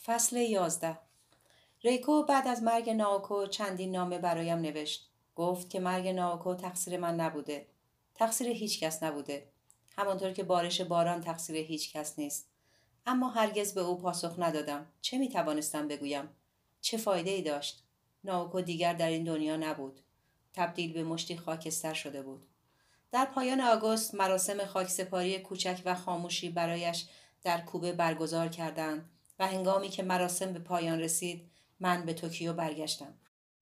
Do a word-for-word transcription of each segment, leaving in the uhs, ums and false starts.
فصل یازده. ریکو بعد از مرگ نائوکو چندین نامه برایم نوشت. گفت که مرگ نائوکو تقصیر من نبوده. تقصیر هیچ کس نبوده. همانطور که بارش باران تقصیر هیچ کس نیست. اما هرگز به او پاسخ ندادم. چه می توانستم بگویم؟ چه فایده ای داشت؟ نائوکو دیگر در این دنیا نبود. تبدیل به مشتی خاکستر شده بود. در پایان آگوست مراسم خاکسپاری کوچک و خاموشی برایش در کوبه برگزار کردند و هنگامی که مراسم به پایان رسید من به توکیو برگشتم.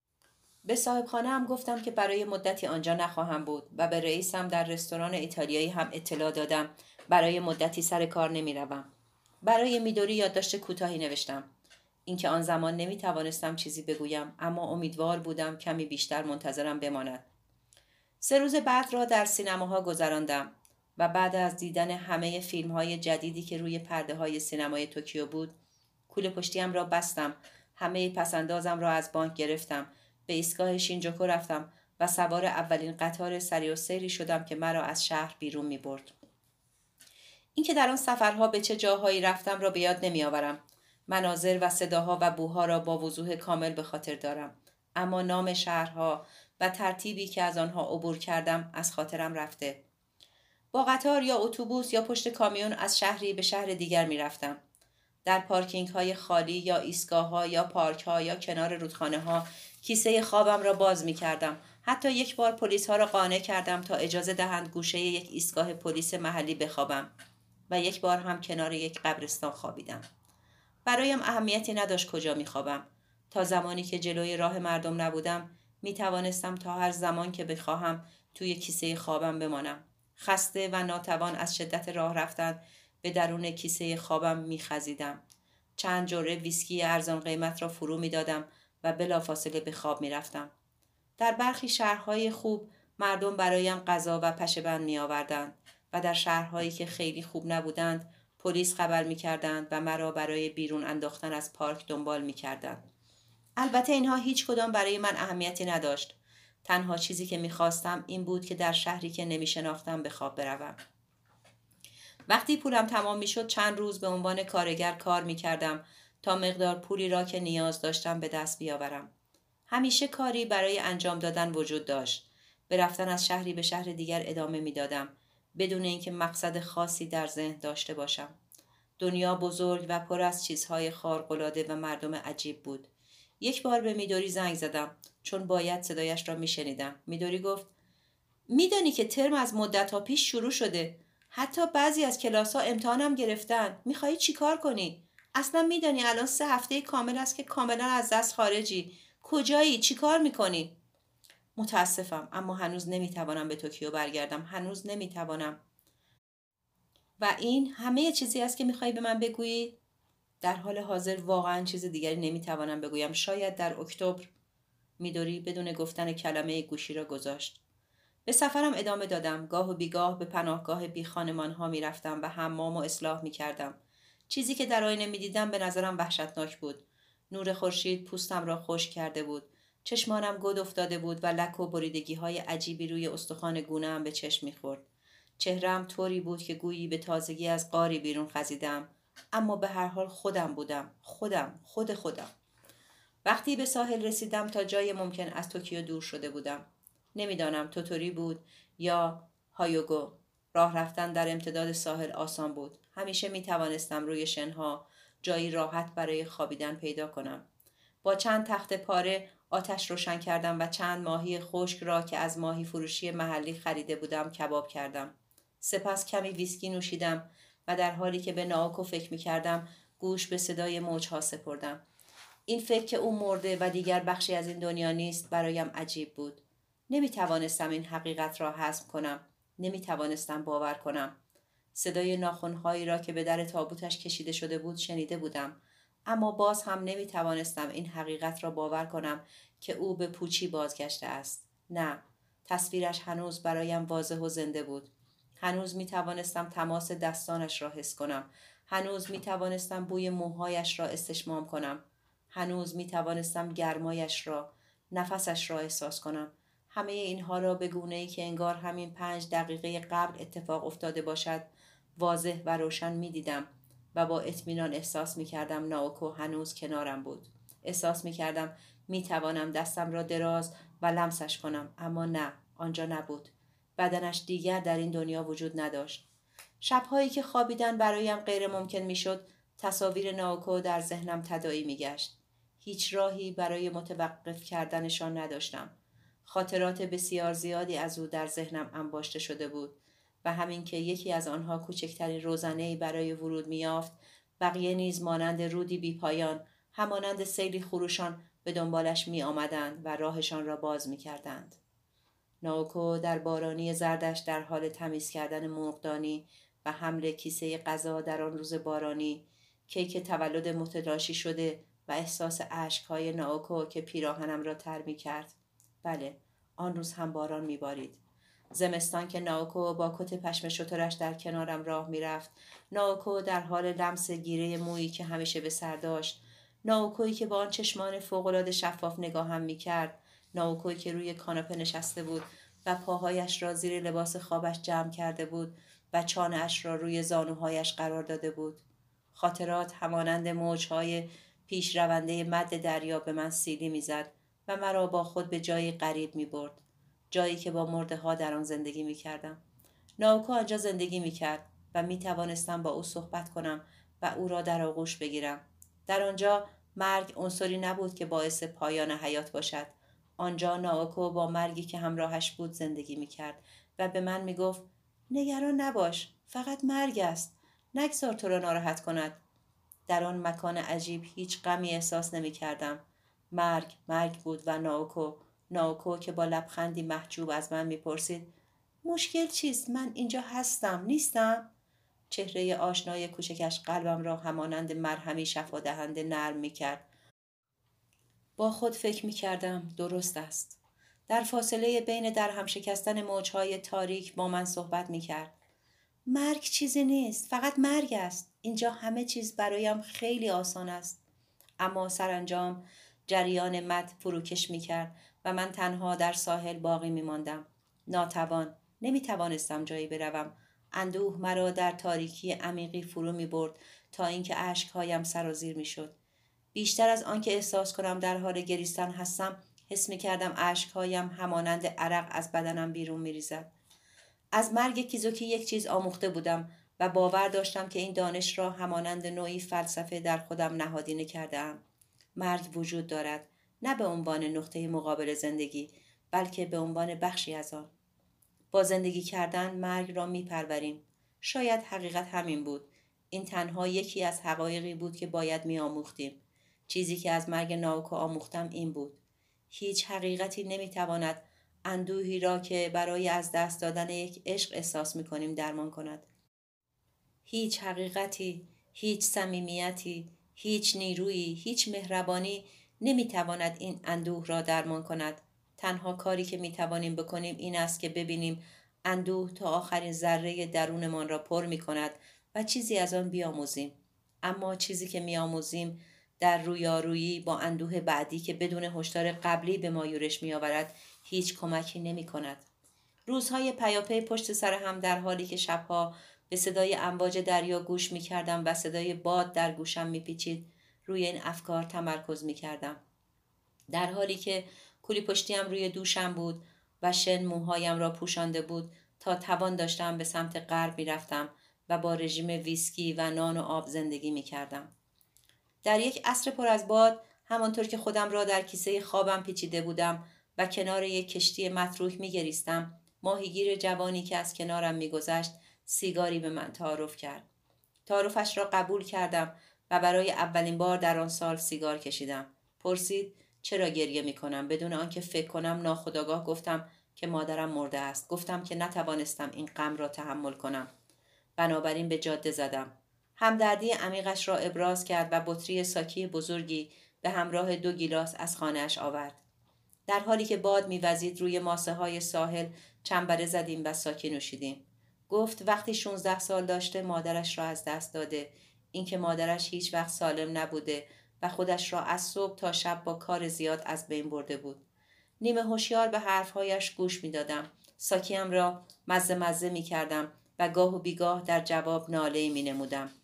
به صاحبخانه هم گفتم که برای مدتی آنجا نخواهم بود و به رئیسم در رستوران ایتالیایی هم اطلاع دادم برای مدتی سر کار نمی روم. برای میدوری یادداشت کوتاهی نوشتم. اینکه آن زمان نمی توانستم چیزی بگویم، اما امیدوار بودم کمی بیشتر منتظرم بماند. سه روز بعد را در سینماها گذراندم و بعد از دیدن همه فیلم های جدیدی که روی پرده های سینمای توکیو بود، کوله پشتیم را بستم، همه پسندازم را از بانک گرفتم، به ایستگاه شینجوکو رفتم و سوار اولین قطار سری و سیری شدم که مرا از شهر بیرون می برد. اینکه در آن سفرها به چه جاهایی رفتم را به یاد نمی آورم. مناظر و صداها و بوها را با وضوح کامل به خاطر دارم، اما نام شهرها و ترتیبی که از آنها عبور کردم از خاطرم رفته. با قطار یا اتوبوس یا پشت کامیون از شهری به شهر دیگر می رفتم. در پارکینگ های خالی یا ایستگاه ها یا پارک ها یا کنار رودخانه ها کیسه خوابم را باز می کردم. حتی یک بار پلیس ها را قانع کردم تا اجازه دهند گوشه یک ایستگاه پلیس محلی بخوابم و یک بار هم کنار یک قبرستان خوابیدم. برایم اهمیتی نداشت کجا می خوابم. تا زمانی که جلوی راه مردم نبودم می توانستم تا هر زمان که بخواهم توی کیسه خوابم بمانم. خسته و ناتوان از شدت راه رفتن به درون کیسه خوابم می خزیدم. چند جرعه ویسکی ارزان قیمت را فرو می دادم و بلافاصله به خواب می رفتم. در برخی شهرهای خوب مردم برایم غذا و پشه‌بند می آوردند و در شهرهایی که خیلی خوب نبودند پلیس خبر می کردند و مرا برای بیرون انداختن از پارک دنبال می کردند. البته اینها هیچ کدام برای من اهمیتی نداشت. تنها چیزی که می خواستم این بود که در شهری که نمی شناختم به خواب بروم. وقتی پولم تمام می شد چند روز به عنوان کارگر کار می کردم تا مقدار پولی را که نیاز داشتم به دست بیاورم. همیشه کاری برای انجام دادن وجود داشت. به رفتن از شهری به شهر دیگر ادامه می دادم بدون اینکه مقصد خاصی در ذهن داشته باشم. دنیا بزرگ و پر از چیزهای خارق‌العاده و مردم عجیب بود. یک بار به میدوری زنگ زدم چون باید صدایش را میشنیدم. میدوری گفت میدانی که ترم از مدت‌ها پیش شروع شده. حتی بعضی از کلاس‌ها امتحانم گرفتن. میخوایی چی کار کنی؟ اصلا میدانی الان سه هفته کامل است که کاملا از دست خارجی. کجایی؟ چی کار میکنی؟ متاسفم اما هنوز نمیتوانم به توکیو برگردم. هنوز نمیتوانم. و این همه چیزی است که میخوایی به من بگویی؟ در حال حاضر واقعا چیز دیگری نمیتوانم بگویم. شاید در اکتبر. میدوری بدون گفتن کلمه گوشی را گذاشت. به سفرم ادامه دادم. گاه و بیگاه به پناهگاه بی خانمان ها می رفتم و حمام و اصلاح می کردم. چیزی که در آینه می دیدم به نظرم وحشتناک بود. نور خورشید پوستم را خشک کرده بود. چشمانم گود افتاده بود و لک و بریدگی های عجیبی روی استخوان گونه‌ام به چشم می خورد. چهره‌ام طوری بود که گویی به تازگی از غاری بیرون خزیدم، اما به هر حال خودم بودم. خودم. خود خودم. وقتی به ساحل رسیدم تا جای ممکن از توکیو دور شده بودم. نمیدانم توتوری بود یا هایوگو. راه رفتن در امتداد ساحل آسان بود. همیشه می توانستم روی شنها جایی راحت برای خوابیدن پیدا کنم. با چند تخت پاره آتش روشن کردم و چند ماهی خشک را که از ماهی فروشی محلی خریده بودم کباب کردم. سپس کمی ویسکی نوشیدم و در حالی که به نائوکو فکر می کردم گوش به صدای موجها سپردم. این فکر که او مرده و دیگر بخشی از این دنیا نیست برایم عجیب بود. نمی توانستم این حقیقت را هضم کنم. نمی توانستم باور کنم. صدای ناخن‌هایی را که به در تابوتش کشیده شده بود شنیده بودم، اما باز هم نمی توانستم این حقیقت را باور کنم که او به پوچی بازگشته است. نه، تصویرش هنوز برایم واضح و زنده بود. هنوز می توانستم تماس دستانش را حس کنم. هنوز می توانستم بوی موهایش را استشمام کنم. هنوز می توانستم گرمایش را، نفسش را احساس کنم. همه اینها را به گونه‌ای که انگار همین پنج دقیقه قبل اتفاق افتاده باشد واضح و روشن می دیدم و با اطمینان احساس می کردم نائوکو هنوز کنارم بود. احساس می کردم می توانم دستم را دراز و لمسش کنم، اما نه، آنجا نبود. بدنش دیگر در این دنیا وجود نداشت. شبهایی که خوابیدن برایم غیر ممکن می شد، تصاویر نائوکو در ذهنم تداعی می گشت. هیچ راهی برای متوقف کردنشان نداشتم. خاطرات بسیار زیادی از او در ذهنم انباشته شده بود و همین که یکی از آنها کوچکترین روزنه‌ای برای ورود می‌یافت، بقیه نیز مانند رودی بی پایان، همانند سیلی خروشان به دنبالش می آمدند و راهشان را باز می کردند. نائوکو در بارانی زردش در حال تمیز کردن مرغدانی و حمل کیسه غذا در آن روز بارانی، کیک تولد متلاشی شده و احساس اشک‌های نائوکو که پیراهنم را تر می کرد. بله، آن روز هم باران می بارید. زمستان که نائوکو با کت پشم شترش در کنارم راه می رفت، نائوکو در حال لمس گیره مویی که همیشه به سر داشت، نائوکویی که با آن چشمان فوق‌العاده شفاف نگاهم می کرد، نائوکویی که روی کاناپه نشسته بود و پاهایش را زیر لباس خوابش جمع کرده بود و چانه‌اش را روی زانوهایش قرار داده بود. خاطرات همانند موجهای پیش رونده مد دریا به من سیلی می زد و مرا با خود به جایی غریب می برد. جایی که با مرده ها در آن زندگی می کردم. نائوکو آنجا زندگی می کرد و می توانستم با او صحبت کنم و او را در آغوش بگیرم. در آنجا مرگ عنصری نبود که باعث پایان حیات باشد. آنجا نائوکو با مرگی که همراهش بود زندگی می کرد و به من می گفت نگران نباش، فقط مرگ است. نگذار تو را ناراحت کند. در آن مکان عجیب هیچ غمی احساس نمی کردم. مرگ مرگ بود و نائوکو نائوکو که با لبخندی محجوب از من میپرسید مشکل چیست؟ من اینجا هستم، نیستم؟ چهره آشنای کوچکش قلبم را همانند مرهمی شفا دهنده نرم میکرد. با خود فکر میکردم درست است. در فاصله بین در هم شکستن موجهای تاریک با من صحبت میکرد. مرگ چیزی نیست، فقط مرگ است. اینجا همه چیز برایم خیلی آسان است. اما سرانجام جریان مد فروکش میکرد و من تنها در ساحل باقی میماندم. ناتوان، نمیتوانستم جایی بروم. اندوه مرا در تاریکی عمیقی فرو میبرد تا اینکه اشکهایم سرازیر میشد. بیشتر از آنکه احساس کنم در حال گریستن هستم، حس میکردم اشکهایم همانند عرق از بدنم بیرون میریزد. از مرگ کیزوکی یک چیز آموخته بودم و باور داشتم که این دانش را همانند نوعی فلسفه در خودم نهادینه کرده‌ام. مرگ وجود دارد، نه به عنوان نقطه مقابل زندگی، بلکه به عنوان بخشی از آن. با زندگی کردن مرگ را میپروریم. شاید حقیقت همین بود. این تنها یکی از حقایقی بود که باید میآموختیم. چیزی که از مرگ نائوکو آموختم این بود. هیچ حقیقتی نمیتواند اندوهی را که برای از دست دادن یک عشق احساس میکنیم درمان کند. هیچ حقیقتی، هیچ صمیمیتی، هیچ نیرویی، هیچ مهربانی نمیتواند این اندوه را درمان کند. تنها کاری که میتوانیم بکنیم این است که ببینیم اندوه تا آخرین ذره درونمان را پر میکند و چیزی از آن بیاموزیم. اما چیزی که میآموزیم در رویارویی با اندوه بعدی که بدون هشدار قبلی به ما یورش میآورد هیچ کمکی نمی کند. روزهای پیاپی پشت سر هم در حالی که شبها به صدای امواج دریا گوش می کردم و صدای باد در گوشم می پیچید، روی این افکار تمرکز می کردم. در حالی که کولی پشتیم روی دوشم بود و شن موهایم را پوشانده بود، تا توان داشتم به سمت غرب می رفتم و با رژیم ویسکی و نان و آب زندگی می کردم. در یک عصر پر از باد، همانطور که خودم را در کیسه خوابم پیچیده بودم و کنار یک کشتی متروک می گریستم، ماهیگیر جوانی که از کنارم می گذشت سیگاری به من تعارف کرد. تعارفش را قبول کردم و برای اولین بار در آن سال سیگار کشیدم. پرسید چرا گریه می کنم؟ بدون آنکه فکر کنم ناخودآگاه گفتم که مادرم مرده است. گفتم که نتوانستم این غم را تحمل کنم. بنابراین به جاده زدم. همدردی عمیقش را ابراز کرد و بطری ساکی بزرگی به همراه دو گیلاس از خانه‌اش آورد. در حالی که باد می‌وزید روی ماسه های ساحل چنبره زدیم و ساکی نوشیدیم. گفت وقتی شانزده سال داشته مادرش را از دست داده، اینکه مادرش هیچ وقت سالم نبوده و خودش را از صبح تا شب با کار زیاد از بین برده بود. نیمه هوشیار به حرفهایش گوش می‌دادم. ساکیم را مزه مزه می‌کردم و گاه و بیگاه در جواب ناله‌ای می‌نمودم.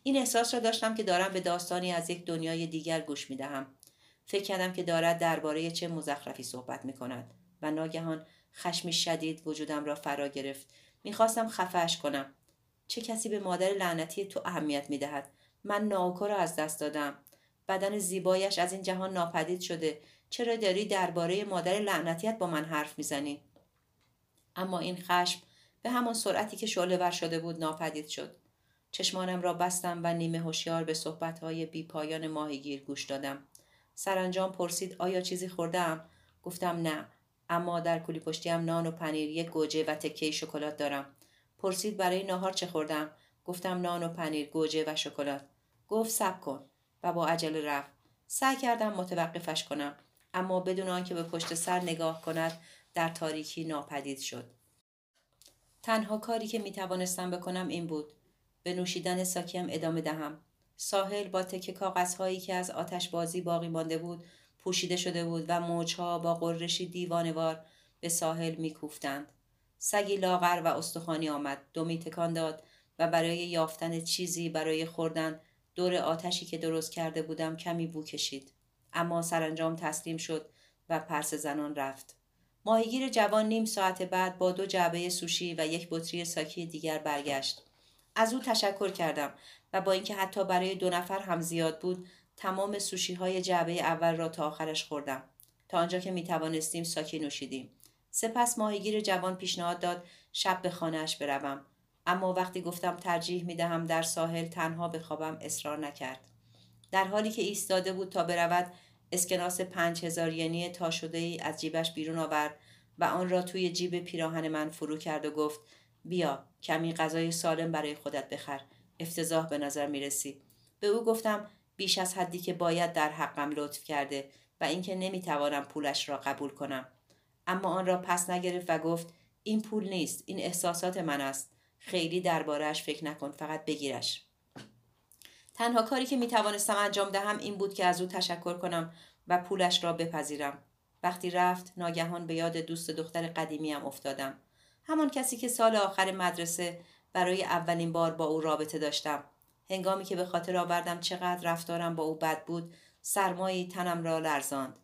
این احساس را داشتم که دارم به داستانی از یک دنیای دیگر گوش می دهم. فکر کردم که دارد درباره چه مزخرفی صحبت می کند و ناگهان خشمی شدید وجودم را فرا گرفت. میخواستم خفه‌اش کنم. چه کسی به مادر لعنتی تو اهمیت می دهد؟ من ناوکو را از دست دادم. بدن زیبایش از این جهان ناپدید شده. چرا داری درباره مادر لعنتیت با من حرف میزنی؟ اما این خشم به همان سرعتی که شعله ور شده بود ناپدید شد. چشمانم را بستم و نیمه هوشیار به صحبت‌های بی پایان ماهیگیر گوش دادم. سرانجام پرسید آیا چیزی خوردم؟ گفتم نه، اما در کولی پشتیم نان و پنیر، یک گوجه و تکه شکلات دارم. پرسید برای ناهار چه خوردم؟ گفتم نان و پنیر، گوجه و شکلات. گفت صبر کن و با عجله رفت. سعی کردم متوقفش کنم، اما بدون آنکه به پشت سر نگاه کند در تاریکی ناپدید شد. تنها کاری که می توانستم بکنم این بود به نوشیدن ساکیم ادامه دهم. ساحل با تکه کاغذهایی که از آتش بازی باقی مانده بود پوشیده شده بود و موجها با غرشی دیوانه‌وار به ساحل می‌کوفتند. سگی لاغر و استخوانی آمد، دمی تکان داد و برای یافتن چیزی برای خوردن دور آتشی که درست کرده بودم کمی بو کشید. اما سرانجام تسلیم شد و پرسه زنان رفت. ماهیگیر جوان نیم ساعت بعد با دو جعبه سوشی و یک بطری ساکی دیگر برگشت. از او تشکر کردم و با اینکه حتی برای دو نفر هم زیاد بود تمام سوشی های جعبه اول را تا آخرش خوردم. تا آنجا که می توانستیم ساکی نوشیدیم. سپس ماهیگیر جوان پیشنهاد داد شب به خانه‌اش بروم، اما وقتی گفتم ترجیح می دهم در ساحل تنها بخوابم اصرار نکرد. در حالی که ایستاده بود تا برود اسکناس پنج هزار ینی تا شده ای از جیبش بیرون آورد و آن را توی جیب پیراهن من فرو کرد و گفت بیا کمی غذای سالم برای خودت بخر، افتضاح به نظر می رسی. به او گفتم بیش از حدی که باید در حقم لطف کرده و اینکه نمی توانم پولش را قبول کنم. اما آن را پس نگرفت و گفت این پول نیست، این احساسات من است. خیلی درباره‌اش فکر نکن، فقط بگیرش. تنها کاری که می توانستم انجام دهم این بود که از او تشکر کنم و پولش را بپذیرم. وقتی رفت ناگهان به یاد دوست دختر قدیمیم افتادم. همان کسی که سال آخر مدرسه برای اولین بار با او رابطه داشتم. هنگامی که به خاطر آوردم چقدر رفتارم با او بد بود، سرمایی تنم را لرزاند.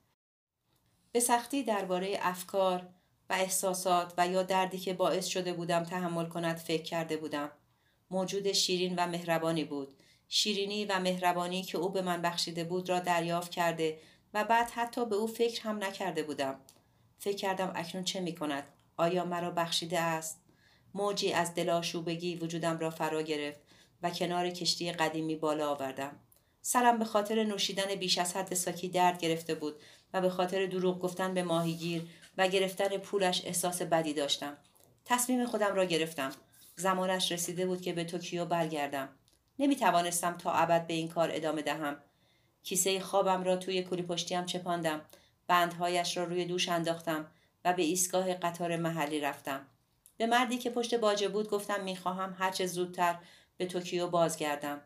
به سختی درباره افکار و احساسات و یا دردی که باعث شده بودم تحمل کند فکر کرده بودم. موجود شیرین و مهربانی بود. شیرینی و مهربانی که او به من بخشیده بود را دریافت کرده و بعد حتی به او فکر هم نکرده بودم. فکر کردم اکنون چه می کند؟ آیا مرا بخشیده است؟ موجی از دلآشوبگی وجودم را فرا گرفت و کنار کشتی قدیمی بالا آوردم. سرم به خاطر نوشیدن بیش از حد ساکی درد گرفته بود و به خاطر دروغ گفتن به ماهیگیر و گرفتن پولش احساس بدی داشتم. تصمیم خودم را گرفتم. زمانش رسیده بود که به توکیو برگردم. نمی توانستم تا ابد به این کار ادامه دهم. کیسه خوابم را توی کولی پشتیم چپاندم، بندهایش را روی دوش انداختم و به ایستگاه قطار محلی رفتم. به مردی که پشت باجه بود گفتم میخواهم هرچه زودتر به توکیو بازگردم.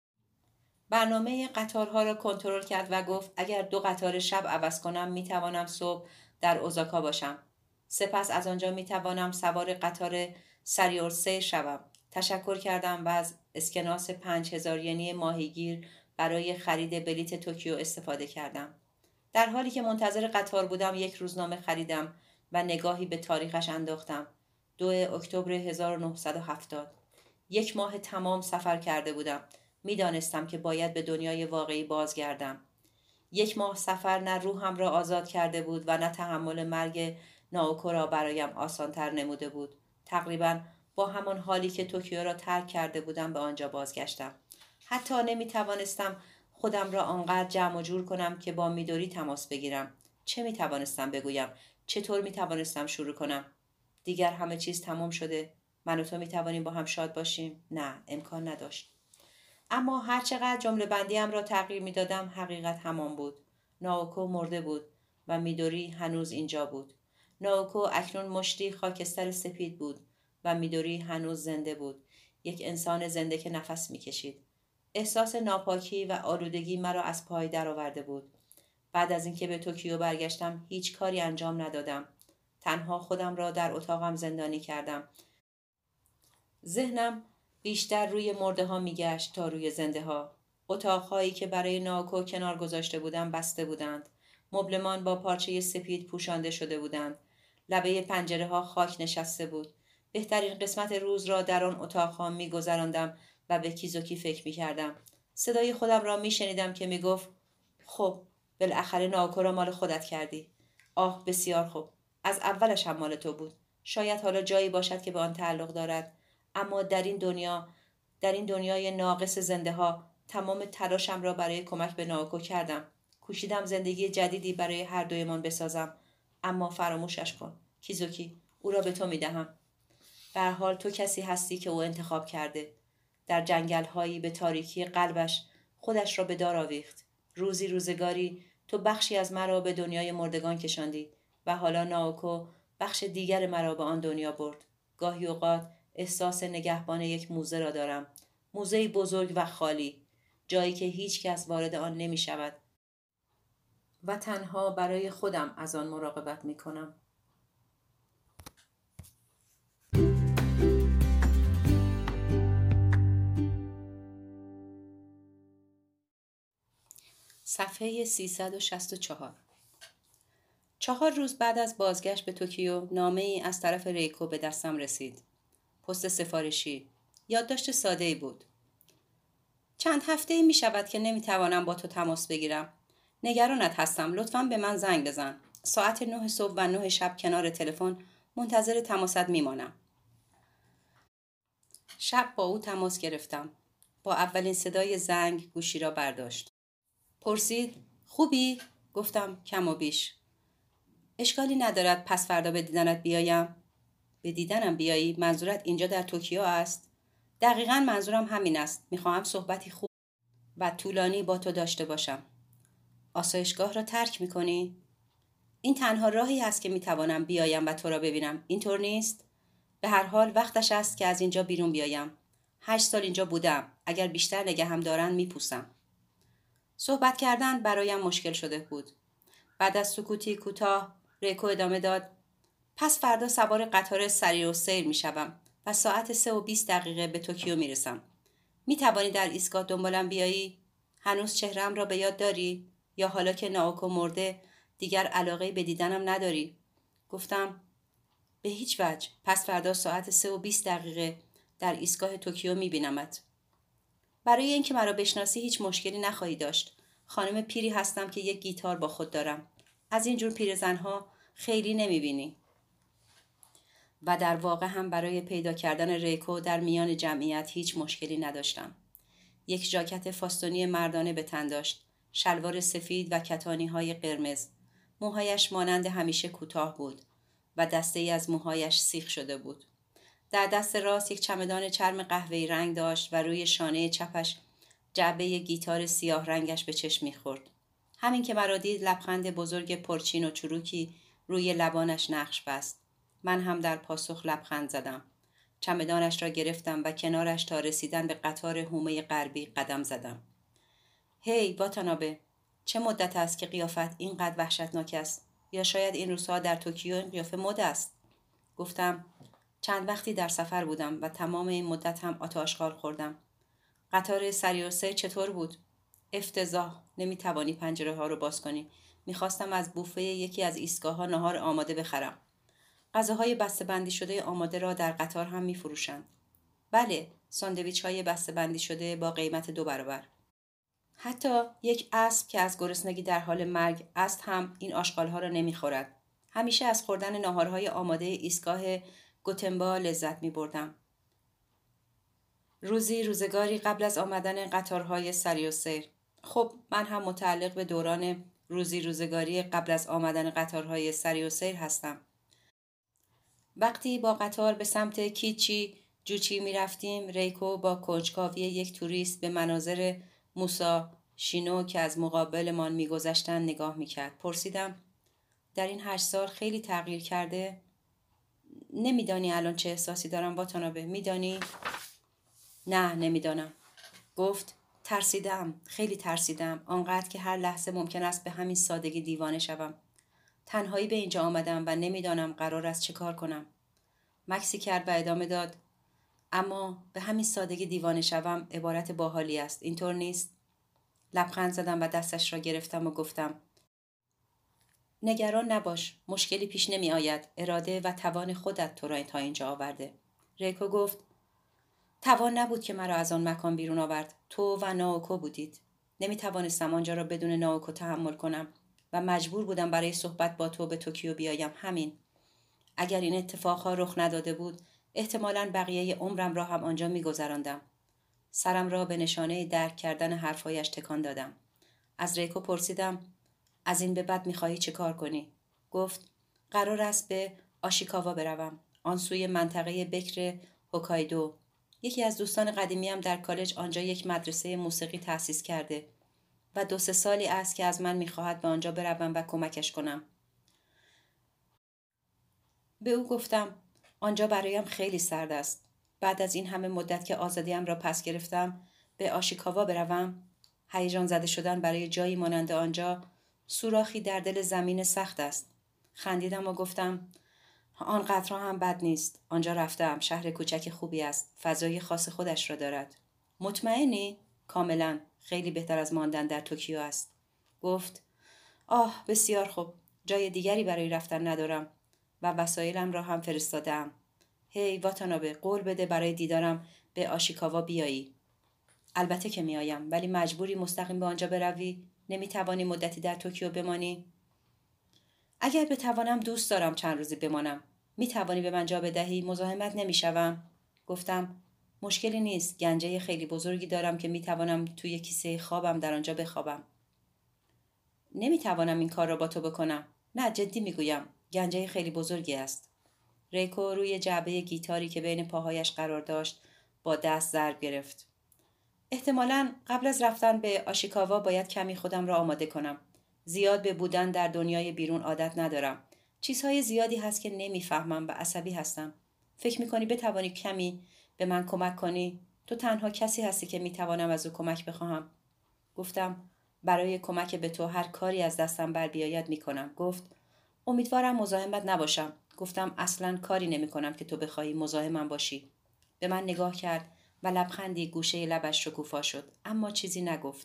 برنامه قطارها را کنترل کرد و گفت اگر دو قطار شب عوض کنم میتوانم صبح در اوزاکا باشم. سپس از آنجا میتوانم سوار قطار سریورسه شوم. تشکر کردم و از اسکناس پنج هزار ینی ماهیگیر برای خرید بلیت توکیو استفاده کردم. در حالی که منتظر قطار بودم یک روزنامه خریدم و نگاهی به تاریخش انداختم. دو اکتبر هزار و نهصد و هفتاد. یک ماه تمام سفر کرده بودم. می دانستم که باید به دنیای واقعی بازگردم. یک ماه سفر نه روحم را آزاد کرده بود و نه تحمل مرگ ناوکو را برایم آسانتر نموده بود. تقریبا با همان حالی که توکیو را ترک کرده بودم به آنجا بازگشتم. حتی نمی توانستم خودم را آنقدر جمع و جور کنم که با میدوری تماس بگیرم. چه می توانستم بگویم؟ چطور می توانستم شروع کنم؟ دیگر همه چیز تمام شده. من و تو می توانیم با هم شاد باشیم؟ نه، امکان نداشت. اما هرچقدر جمله بندیم را تغییر می دادم حقیقت همان بود. ناوکو مرده بود و میدوری هنوز اینجا بود. ناوکو اکنون مشتی خاکستر سپید بود و میدوری هنوز زنده بود. یک انسان زنده که نفس می کشید. احساس ناپاکی و آلودگی مرا از پای درآورده بود. بعد از اینکه به توکیو برگشتم هیچ کاری انجام ندادم. تنها خودم را در اتاقم زندانی کردم. ذهنم بیشتر روی مرده ها میگشت تا روی زنده ها. اتاقهایی که برای ناکو کنار گذاشته بودند بسته بودند. مبلمان با پارچه سپید پوشانده شده بودند. لبه پنجره ها خاک نشسته بود. بهترین قسمت روز را در آن اتاقها میگذراندم و به کیزوکی فکر میکردم. صدای خودم را میشنیدم که میگفت خب بالاخره ناکو را مال خودت کردی. آه بسیار خوب. از اولش هم مال تو بود. شاید حالا جایی باشد که به آن تعلق دارد، اما در این دنیا در این دنیای ناقص زنده ها تمام تلاشم را برای کمک به ناکو کردم. کوشیدم زندگی جدیدی برای هر دویمان بسازم، اما فراموشش کن کیزوکی، او را به تو میدهم. به هر حال تو کسی هستی که او انتخاب کرده. در جنگل هایی به تاریکی قلبش خودش را به دار آویخت. روزی روزگاری تو بخشی از مرا به دنیای مردگان کشاندی و حالا ناوکو بخش دیگر مرا به آن دنیا برد. گاهی اوقات احساس نگهبان یک موزه را دارم. موزه بزرگ و خالی، جایی که هیچ کس وارد آن نمی شود و تنها برای خودم از آن مراقبت می کنم. صفحه سیصد و شصت و چهار. چهار روز بعد از بازگشت به توکیو نامه ای از طرف ریکو به دستم رسید. پست سفارشی. یادداشت ساده ای بود. چند هفته ای می شود که نمی توانم با تو تماس بگیرم. نگرانت هستم. لطفاً به من زنگ بزن. ساعت نه صبح و نه شب کنار تلفن منتظر تماست می مانم. شب با او تماس گرفتم. با اولین صدای زنگ گوشی را برداشت. پرسید خوبی؟ گفتم کم و بیش. اشکالی ندارد پس فردا به دیدنت بیایم؟ به دیدنم بیایی؟ منظورت اینجا در توکیو است؟ دقیقاً منظورم همین است. میخواهم صحبتی خوب و طولانی با تو داشته باشم. آسایشگاه را ترک میکنی؟ این تنها راهی است که میتوانم بیایم و تو را ببینم. اینطور نیست؟ به هر حال وقتش است که از اینجا بیرون بیایم. هشت سال اینجا بودم. اگر بیشتر نگهم دارن میپوسم. صحبت کردن برایم مشکل شده بود. بعد از سکوتی کوتاه ریکو ادامه داد. پس فردا سوار قطار سریر و سیر می شوم و ساعت سه و بیست دقیقه به توکیو می رسم. می توانی در ایستگاه دنبالم بیایی؟ هنوز چهرم را به یاد داری؟ یا حالا که ناوکو مرده دیگر علاقه به دیدنم نداری؟ گفتم به هیچ وجه. پس فردا ساعت سه و بیست دقیقه در ایستگاه توکیو می بینمت. برای اینکه مرا بشناسی هیچ مشکلی نخواهی داشت. خانم پیری هستم که یک گیتار با خود دارم. از اینجور پیرزنها خیلی نمی بینی. و در واقع هم برای پیدا کردن ریکو در میان جمعیت هیچ مشکلی نداشتم. یک ژاکت فاستونی مردانه به تن داشت، شلوار سفید و کتانی های قرمز. موهایش مانند همیشه کوتاه بود و دسته ای از موهایش سیخ شده بود. در دست راست یک چمدان چرم قهوه‌ای رنگ داشت و روی شانه چپش جعبه گیتار سیاه رنگش به چشم می‌خورد. همین که مرا دید لبخند بزرگ پرچین و چروکی روی لبانش نقش بست. من هم در پاسخ لبخند زدم. چمدانش را گرفتم و کنارش تا رسیدن به قطار هومه غربی قدم زدم. هی واتانابه، چه مدت است که قیافت اینقدر وحشتناک است؟ یا شاید این روزها در توکیو این قیافه مد است؟ گفتم چند وقتی در سفر بودم و تمام این مدت هم آتش‌خال خوردم. قطار سریوسه چطور بود؟ افتضاح. نمیتوانی پنجره ها رو باز کنی. میخواستم از بوفه یکی از ایستگاه ها نهار آماده بخرم. غذاهای بسته‌بندی شده آماده را در قطار هم میفروشند. بله، ساندویچ های بسته‌بندی شده با قیمت دو برابر. حتی یک اسب که از گرسنگی در حال مرگ است هم این آشغال ها را نمیخورد. همیشه از خوردن ناهارهای آماده ایستگاه گوتنبا لذت میبردم. روزی روزگاری قبل از آمدن قطارهای سری و سیر. خب من هم متعلق به دوران روزی روزگاری قبل از آمدن قطارهای سری و سیر هستم. وقتی با قطار به سمت کیچی جوچی می رفتیم، ریکو با کنجکاوی یک توریست به مناظر موسا شینو که از مقابلمان می گذشتن نگاه می کرد. پرسیدم در این هشت سال خیلی تغییر کرده؟ نمیدانی الان چه احساسی دارم واتانابه؟ میدانی؟ نه نمیدانم. گفت ترسیدم، خیلی ترسیدم، آنقدر که هر لحظه ممکن است به همین سادگی دیوانه شوم. تنهایی به اینجا آمدم و نمیدانم قرار است چه کار کنم. مکسی کرد و ادامه داد اما به همین سادگی دیوانه شوم عبارت باحالی است. اینطور نیست؟ لبخند زدم و دستش را گرفتم و گفتم نگران نباش، مشکلی پیش نمی آید. اراده و توان خودت تو را تا اینجا آورده. ریکو گفت توان نبود که مرا از آن مکان بیرون آورد. تو و ناوکو بودید. نمی توانستم آنجا را بدون ناوکو تحمل کنم و مجبور بودم برای صحبت با تو به توکیو بیایم. همین. اگر این اتفاقها رخ نداده بود احتمالاً بقیه عمرم را هم آنجا می گذراندم. سرم را به نشانه درک کردن حرفایش تکان دادم. از ریکو پرسیدم از این به بعد می‌خواهی چه کار کنی؟ گفت قرار است به آشیکاوا بروم. آن سوی منطقه بکر هوکایدو. یکی از دوستان قدیمیم در کالج آنجا یک مدرسه موسیقی تأسیس کرده و دو سه سالی است که از من می‌خواهد به آنجا بروم و کمکش کنم. به او گفتم آنجا برایم خیلی سرد است. بعد از این همه مدت که آزادیم را پس گرفتم به آشیکاوا بروم؟ هیجان زده شدن برای جایی مانند آنجا سوراخی در دل زمین سخت است. خندیدم و گفتم آنقدر هم بد نیست. آنجا رفتم. شهر کوچک خوبی است. فضای خاص خودش را دارد. مطمئنی؟ کاملا. خیلی بهتر از ماندن در توکیو است. گفت آه بسیار خوب. جای دیگری برای رفتن ندارم و وسایلم را هم فرستادم. هی واتانابه، قول بده برای دیدارم به آشیکاوا بیایی. البته که میآیم، ولی مجبوری مستقیم به آنجا بروی؟ نمیتوانی مدتی در توکیو بمانی؟ اگر بتوانم دوست دارم چند روزی بمانم. میتوانی به من جا بدهی؟ مزاحمت نمیشوم؟ گفتم مشکلی نیست. گنجه خیلی بزرگی دارم که میتوانم توی کیسه خوابم در آنجا بخوابم. نمیتوانم این کار را با تو بکنم. نه جدی میگویم. گنجه خیلی بزرگی است. ریکو روی جعبه گیتاری که بین پاهایش قرار داشت با دست ضرب گرفت. احتمالاً قبل از رفتن به آشیکاوا باید کمی خودم را آماده کنم. زیاد به بودن در دنیای بیرون عادت ندارم. چیزهای زیادی هست که نمیفهمم و عصبی هستم. فکر میکنی بتوانی کمی به من کمک کنی؟ تو تنها کسی هستی که میتوانم از او کمک بخواهم. گفتم برای کمک به تو هر کاری از دستم بر بیاید میکنم. گفت امیدوارم مزاحمت نباشم. گفتم اصلاً کاری نمیکنم که تو بخوای مزاحمم باشی. به من نگاه کرد و لبخندی گوشه لبش شکوفا شد، اما چیزی نگفت.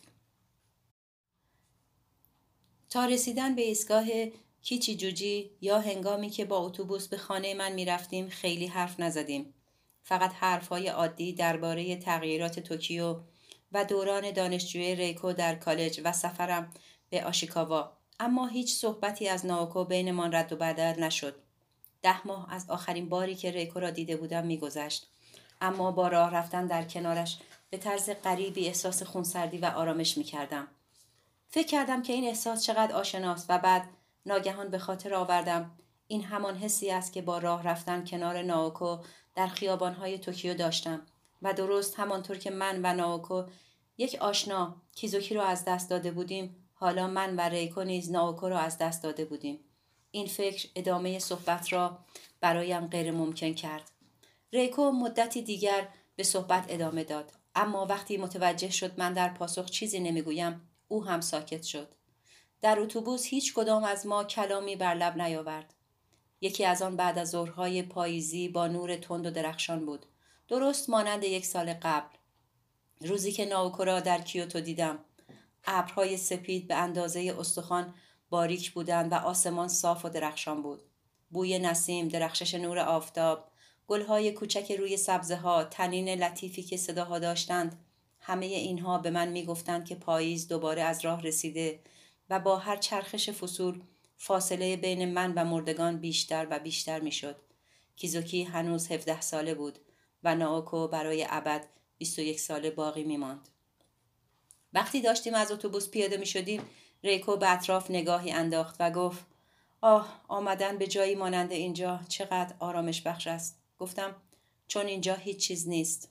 تا رسیدن به ایستگاه کیچی جوجی یا هنگامی که با اتوبوس به خانه من می رفتیم خیلی حرف نزدیم. فقط حرفهای عادی درباره تغییرات توکیو و دوران دانشجویی ریکو در کالج و سفرم به آشیکاوا. اما هیچ صحبتی از ناوکو بینمان رد و بدل نشد. ده ماه از آخرین باری که ریکو را دیده بودم می گذشت. اما با راه رفتن در کنارش به طرز غریبی احساس خونسردی و آرامش می کردم. فکر کردم که این احساس چقدر آشناست و بعد ناگهان به خاطر آوردم این همان حسی است که با راه رفتن کنار ناوکو در خیابان‌های توکیو داشتم و درست همانطور که من و ناوکو یک آشنا کیزوکی را از دست داده بودیم، حالا من و ریکو نیز ناوکو را از دست داده بودیم. این فکر ادامه صحبت را برایم غیر ممکن کرد. ریکو مدتی دیگر به صحبت ادامه داد، اما وقتی متوجه شد من در پاسخ چیزی نمیگویم او هم ساکت شد. در اتوبوس هیچ کدام از ما کلامی بر لب نیاورد. یکی از آن بعد از ظهرهای پاییزی با نور تند و درخشان بود، درست مانند یک سال قبل، روزی که ناوکو را در کیوتو دیدم. ابرهای سپید به اندازه استخوان باریک بودند و آسمان صاف و درخشان بود. بوی نسیم، درخشش نور آفتاب، گلهای کوچک روی سبزه‌ها، طنین لطیفی که صداها داشتند، همه اینها به من می‌گفتند که پاییز دوباره از راه رسیده و با هر چرخش فصول فاصله بین من و مردگان بیشتر و بیشتر می‌شد. کیزوکی هنوز هفده ساله بود و ناوکو برای ابد بیست و یک ساله باقی می‌ماند. وقتی داشتیم از اتوبوس پیاده می‌شدیم، ریکو به اطراف نگاهی انداخت و گفت آه، آمدن به جایی مانند اینجا چقدر آرامش بخش است. گفتم چون اینجا هیچ چیز نیست.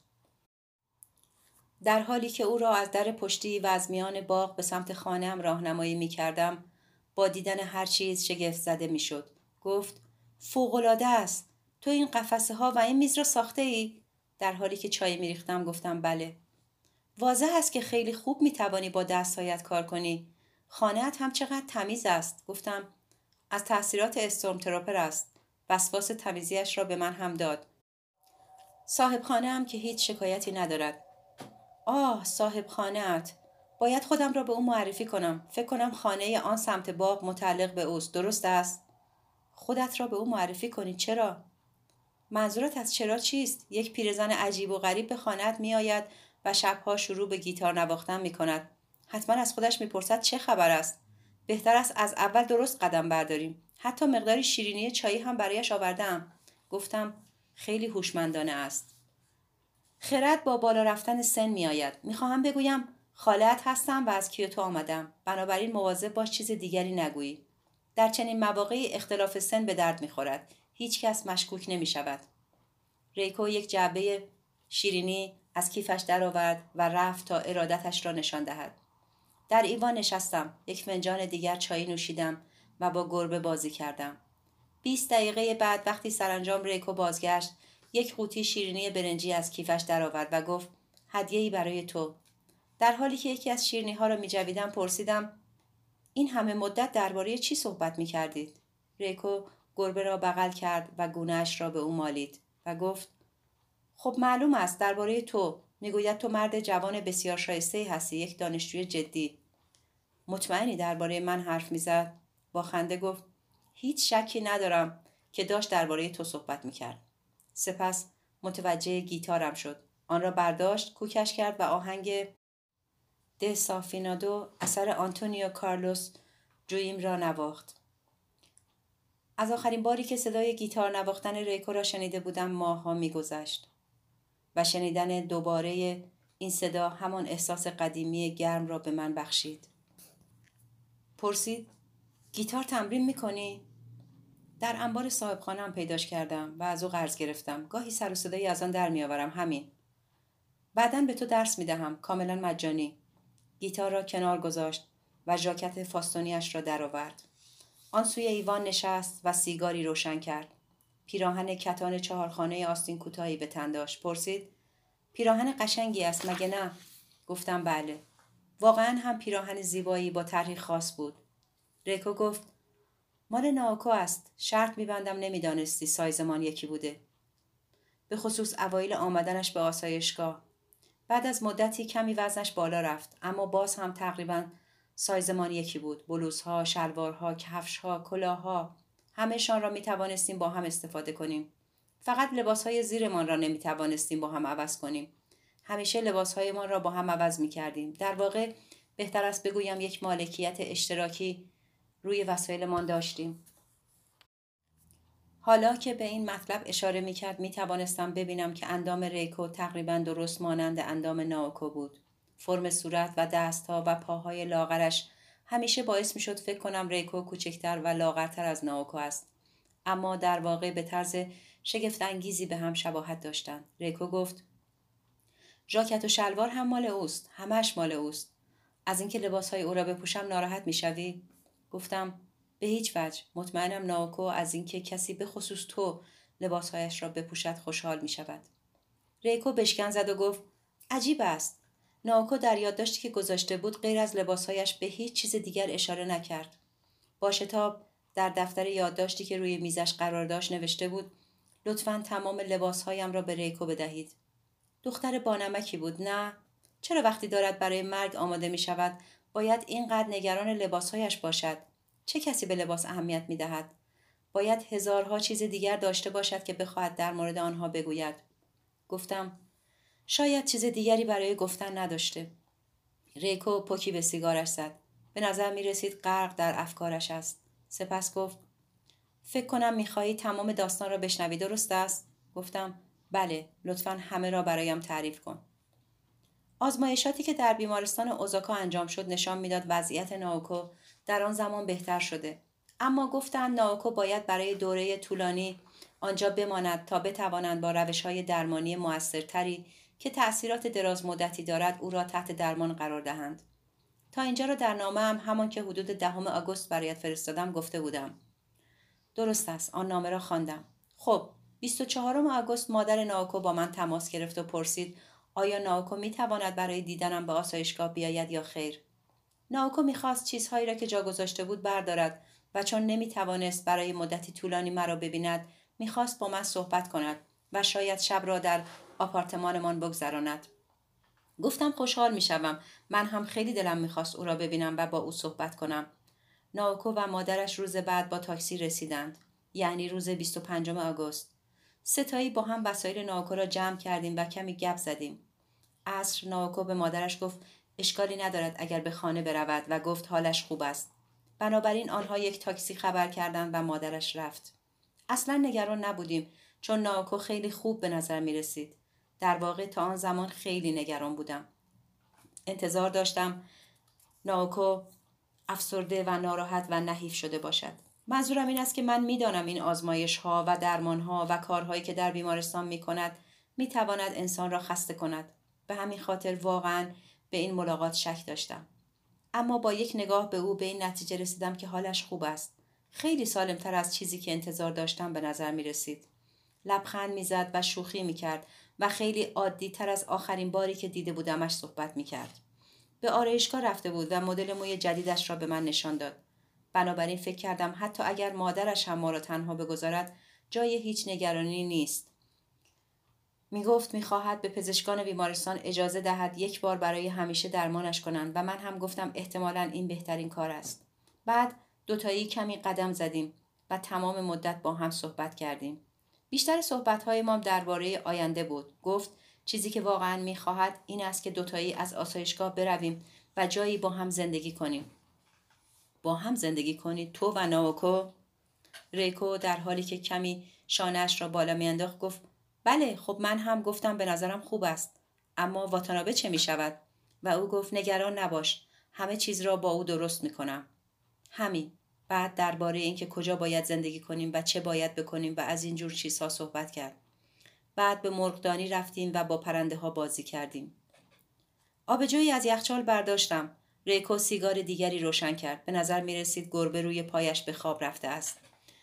در حالی که او را از در پشتی و از میان باغ به سمت خانه‌ام راهنمایی می‌کردم، با دیدن هر چیز شگفت زده می‌شد. گفت فوق‌العاده است. تو این قفسه ها و این میز را ساخته ای؟ در حالی که چای می‌ریختم گفتم بله. واضح است که خیلی خوب می‌توانی با دست‌هایت کار کنی. خانه‌ات هم چقدر تمیز است. گفتم از تأثیرات استورم تراپر است. وسواس تمیزیش را به من هم داد. صاحب خانه هم که هیچ شکایتی ندارد. آه صاحب خانه‌ات. باید خودم را به او معرفی کنم. فکر کنم خانه آن سمت باغ متعلق به اوست. درست است؟ خودت را به او معرفی کنی. چرا؟ منظورت از چرا چیست؟ یک پیرزن عجیب و غریب به خانه‌ات می آید و شبها شروع به گیتار نواختن می کند. حتما از خودش می پرسد چه خبر است. بهتر است از اول درست قدم برداریم. حتی مقداری شیرینی چایی هم برایش آوردم. گفتم خیلی هوشمندانه است. خرد با بالا رفتن سن می آید. می خواهم بگویم خاله‌ات هستم و از کیوتو آمدم. بنابراین مواظب باش چیز دیگری نگویی. در چنین مواقعی اختلاف سن به درد می خورد. هیچ کس مشکوک نمی شود. ریکو یک جعبه شیرینی از کیفش درآورد و رفت تا ارادتش را نشان دهد. در ایوان نشستم. یک فنجان دیگر چای نوشیدم و با گربه بازی کردم. بیست دقیقه بعد وقتی سرانجام ریکو بازگشت، یک قوطی شیرینی برنجی از کیفش درآورد و گفت هدیه‌ای برای تو. در حالی که یکی از شیرینی ها را می جویدم پرسیدم این همه مدت درباره چی صحبت می کردید؟ ریکو گربه را بغل کرد و گونه‌اش را به او مالید و گفت خب معلوم است درباره تو. میگوید تو مرد جوان بسیار شایسته‌ای هستی، یک دانشجوی جدی. مطمئنی درباره من حرف میزد؟ با خنده گفت هیچ شکی ندارم که داشت درباره تو صحبت میکرد. سپس متوجه گیتارم شد. آن را برداشت، کوکش کرد و آهنگ دسافینادو اثر آنتونیو کارلوس جویم را نواخت. از آخرین باری که صدای گیتار نواختن ریکو را شنیده بودم ماه‌ها می‌گذشت و شنیدن دوباره این صدا همان احساس قدیمی گرم را به من بخشید. پرسید گیتار تمرین می‌کنی؟ در انبار صاحبخانه‌ام پیداش کردم و از او قرض گرفتم. گاهی سر و صدایی از آن در می‌آورم. همین. بعداً به تو درس می‌دهم، کاملاً مجانی. گیتار را کنار گذاشت و ژاکت فاستونی‌اش را درآورد. آن سوی ایوان نشست و سیگاری روشن کرد. پیراهن کتان چهارخانه آستین کوتاهی به تن داشت. پرسید پیراهن قشنگی است مگه نه؟ گفتم بله. واقعاً هم پیراهن زیبایی با طرحی خاص بود. ریکو گفت مال ناوکو است. شرط می‌بندم نمی‌دانستی سایزمان یکی بوده. به خصوص اوایل آمدنش به آسایشگاه. بعد از مدتی کمی وزنش بالا رفت، اما باز هم تقریباً سایزمان یکی بود. بلوزها، شلوارها، کفشها، کلاهها، همه‌شان را می‌توانستیم با هم استفاده کنیم. فقط لباسهای زیرمان را نمی‌توانستیم با هم عوض کنیم. همیشه لباسهایمان را با هم عوض می‌کردیم. در واقع بهتر است بگویم یک مالکیت اشتراکی روی وسایلمان داشتیم. حالا که به این مطلب اشاره می‌کرد می‌توانستم ببینم که اندام ریکو تقریباً درست مانند اندام ناوکو بود. فرم صورت و دستها و پاهای لاغرش همیشه باعث می‌شد فکر کنم ریکو کوچکتر و لاغرتر از ناوکو است. اما در واقع به طرز شگفت انگیزی به هم شباهت داشتند. ریکو گفت ژاکت و شلوار هم مال اوست. همش مال اوست. از اینکه لباس‌های او را بپوشم ناراحت می‌شوی؟ گفتم به هیچ وجه. مطمئنم ناوکو از اینکه کسی به خصوص تو لباسهایش را بپوشد خوشحال می شود. ریکو بشکن زد و گفت عجیب است. ناوکو در یادداشتی که گذاشته بود غیر از لباسهایش به هیچ چیز دیگر اشاره نکرد. با شتاب در دفتر یادداشتی که روی میزش قرار داشت نوشته بود لطفاً تمام لباسهایم را به ریکو بدهید. دختر بانمکی بود نه؟ چرا وقتی دارد برای مرگ آماده می شود باید اینقدر نگران لباسهایش باشد؟ چه کسی به لباس اهمیت می دهد؟ باید هزارها چیز دیگر داشته باشد که بخواهد در مورد آنها بگوید. گفتم شاید چیز دیگری برای گفتن نداشته. ریکو پوکی به سیگارش زد. به نظر می رسید غرق در افکارش است. سپس گفت فکر کنم می خواهی تمام داستان را بشنوی درست است؟ گفتم بله، لطفاً همه را برایم تعریف کن. آزمایشاتی که در بیمارستان اوزاکا انجام شد نشان میداد وضعیت ناوکو در آن زمان بهتر شده. اما گفتند ناوکو باید برای دوره طولانی آنجا بماند تا بتوانند با روش‌های درمانی مؤثرتری که تأثیرات دراز مدتی دارد او را تحت درمان قرار دهند. تا اینجا را در نامه هم همان که حدود دهم آگوست برایت فرستادم گفته بودم. درست است، آن نامه را خواندم. خب، بیست و چهارم آگوست مادر ناوکو با من تماس گرفت و پرسید آیا ناوکو میتواند برای دیدنم به آسایشگاه بیاید یا خیر؟ ناوکو میخواست چیزهایی را که جا گذاشته بود بردارد و چون نمیتوانست برای مدتی طولانی مرا ببیند میخواست با من صحبت کند و شاید شب را در آپارتمانمان بگذراند. گفتم خوشحال می شوم. من هم خیلی دلم می خواست او را ببینم و با او صحبت کنم. نائوکو و مادرش روز بعد با تاکسی رسیدند. یعنی روز بیست و پنجم آگوست. ستایی با هم وسایل نائوکو را جمع کردیم و کمی گپ زدیم. عصر نائوکو به مادرش گفت اشکالی ندارد اگر به خانه برود و گفت حالش خوب است. بنابراین آنها یک تاکسی خبر کردند و مادرش رفت. اصلا نگران نبودیم چون نائوکو خیلی خوب به نظر می رسید. در واقع تا آن زمان خیلی نگران بودم. انتظار داشتم نائوکو افسرده و ناراحت و نحیف شده باشد. منظورم این است که من میدانم این آزمایش ها و درمان ها و کارهایی که در بیمارستان می کند می تواند انسان را خسته کند. به همین خاطر واقعا به این ملاقات شک داشتم. اما با یک نگاه به او به این نتیجه رسیدم که حالش خوب است. خیلی سالمتر از چیزی که انتظار داشتم به نظر می رسید. لبخند می زد و شوخی می کرد و خیلی عادی تر از آخرین باری که دیده بودمش صحبت می کرد. به آرایشگاه رفته بود و مدل موی جدیدش را به من نشان داد. بنابراین فکر کردم حتی اگر مادرش هم ما را تنها بگذارد جای هیچ نگرانی نیست. می گفت می خواهد به پزشکان بیمارستان اجازه دهد یک بار برای همیشه درمانش کنند و من هم گفتم احتمالاً این بهترین کار است. بعد دوتایی کمی قدم زدیم و تمام مدت با هم صحبت کردیم. بیشتر صحبت‌های ما درباره آینده بود. گفت چیزی که واقعاً می‌خواهد این است که دوتایی از آسایشگاه برویم و جایی با هم زندگی کنیم. با هم زندگی کنید تو و نائوکو؟ ریکو در حالی که کمی شانه‌اش را بالا می‌انداخت گفت بله، خب من هم گفتم به نظرم خوب است. اما واتانابه چه می‌شود؟ و او گفت نگران نباش، همه چیز را با او درست می‌کنم. همین. بعد درباره اینکه کجا باید زندگی کنیم و چه باید بکنیم و از این جور چیزها صحبت کرد. بعد به مرغدانی رفتیم و با پرنده ها بازی کردیم. آبجویی از یخچال برداشتم. ریکو سیگار دیگری روشن کرد. به نظر می رسید گربه روی پایش به خواب رفته است.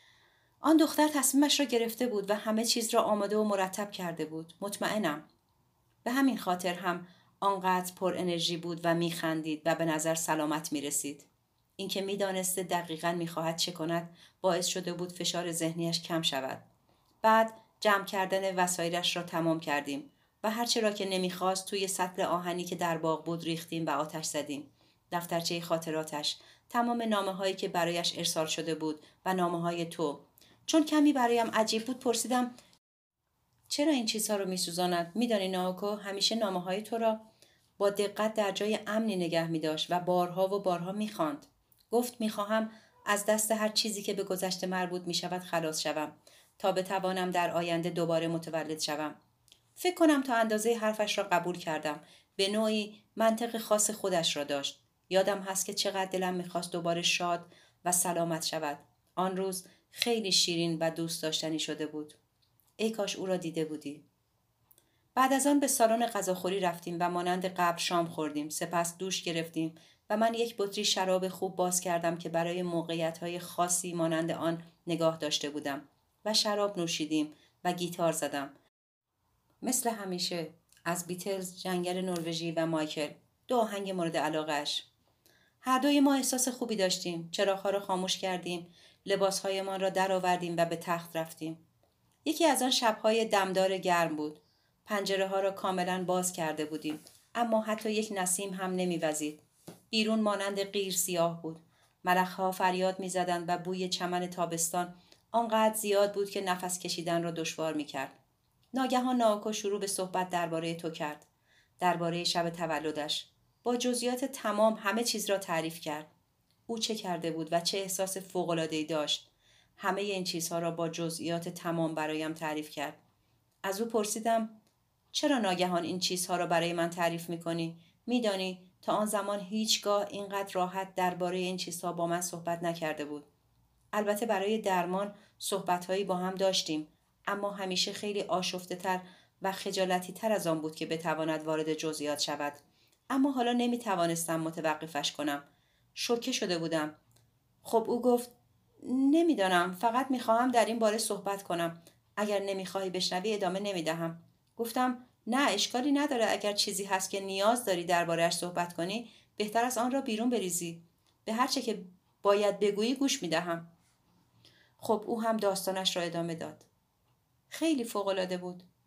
آن دختر تصمیمش را گرفته بود و همه چیز را آماده و مرتب کرده بود. مطمئنم. به همین خاطر هم آنقدر پر انرژی بود و می خندید و به نظر سلامت می رسید. اینکه میدانسته دقیقاً می‌خواهد چه کند باعث شده بود فشار ذهنیش کم شود. بعد جمع کردن وسایلش را تمام کردیم و هرچه را که نمی‌خواست توی سطل آهنی که در باغ بود ریختیم و آتش زدیم. دفترچه خاطراتش، تمام نامه‌هایی که برایش ارسال شده بود و نامه‌های تو. چون کمی برایم عجیب بود پرسیدم چرا این چیزها رو می‌سوزاند؟ می‌دانی نائوکو همیشه نامه‌های تو را با دقت در جای امنی نگه می‌داشت و بارها و بارها می‌خواند. گفت میخواهم از دست هر چیزی که به گذشته مربوط می شود خلاص شوم تا بتوانم در آینده دوباره متولد شوم. فکر کنم تا اندازه حرفش را قبول کردم. به نوعی منطق خاص خودش را داشت. یادم هست که چقدر دلم میخواست دوباره شاد و سلامت شود. آن روز خیلی شیرین و دوست داشتنی شده بود. ای کاش او را دیده بودی. بعد از آن به سالن غذاخوری رفتیم و مانند قبل شام خوردیم. سپس دوش گرفتیم و من یک بطری شراب خوب باز کردم که برای موقعیت‌های خاصی مانند آن نگاه داشته بودم و شراب نوشیدیم و گیتار زدم. مثل همیشه از بیتلز، جنگل نروژی و مایکل، دو آهنگ مورد علاقه‌اش. هر دوی ما احساس خوبی داشتیم. چراغ‌ها را خاموش کردیم، لباس‌هایمان را درآوردیم و به تخت رفتیم. یکی از آن شب‌های دمدار گرم بود. پنجره‌ها را کاملاً باز کرده بودیم، اما حتی یک نسیم هم نمی‌وزید. بیرون مانند قیر سیاه بود. ملخ‌ها فریاد می‌زدند و بوی چمن تابستان آنقدر زیاد بود که نفس کشیدن را دشوار می‌کرد. ناگهان نائوکو شروع به صحبت درباره تو کرد. درباره شب تولدش. با جزئیات تمام همه چیز را تعریف کرد. او چه کرده بود و چه احساس فوق‌العاده‌ای داشت. همه این چیزها را با جزئیات تمام برایم تعریف کرد. از او پرسیدم چرا ناگهان این چیزها را برای من تعریف می‌کنی؟ می‌دانی تا آن زمان هیچگاه اینقدر راحت درباره این چیزها با من صحبت نکرده بود. البته برای درمان صحبت‌هایی با هم داشتیم، اما همیشه خیلی آشفته‌تر و خجالتی تر از آن بود که بتواند وارد جزئیات شود. اما حالا نمی‌توانستم متوقفش کنم. شوکه شده بودم. خب او گفت نمیدانم، فقط میخواهم در این باره صحبت کنم. اگر نمیخواهی بشنوی ادامه نمیدهم. گفتم نه، اشکالی نداره. اگر چیزی هست که نیاز داری درباره‌اش صحبت کنی بهتر از آن را بیرون بریزی. به هر چه که باید بگویی گوش میدهم. خب او هم داستانش را ادامه داد. خیلی فوق‌العاده بود.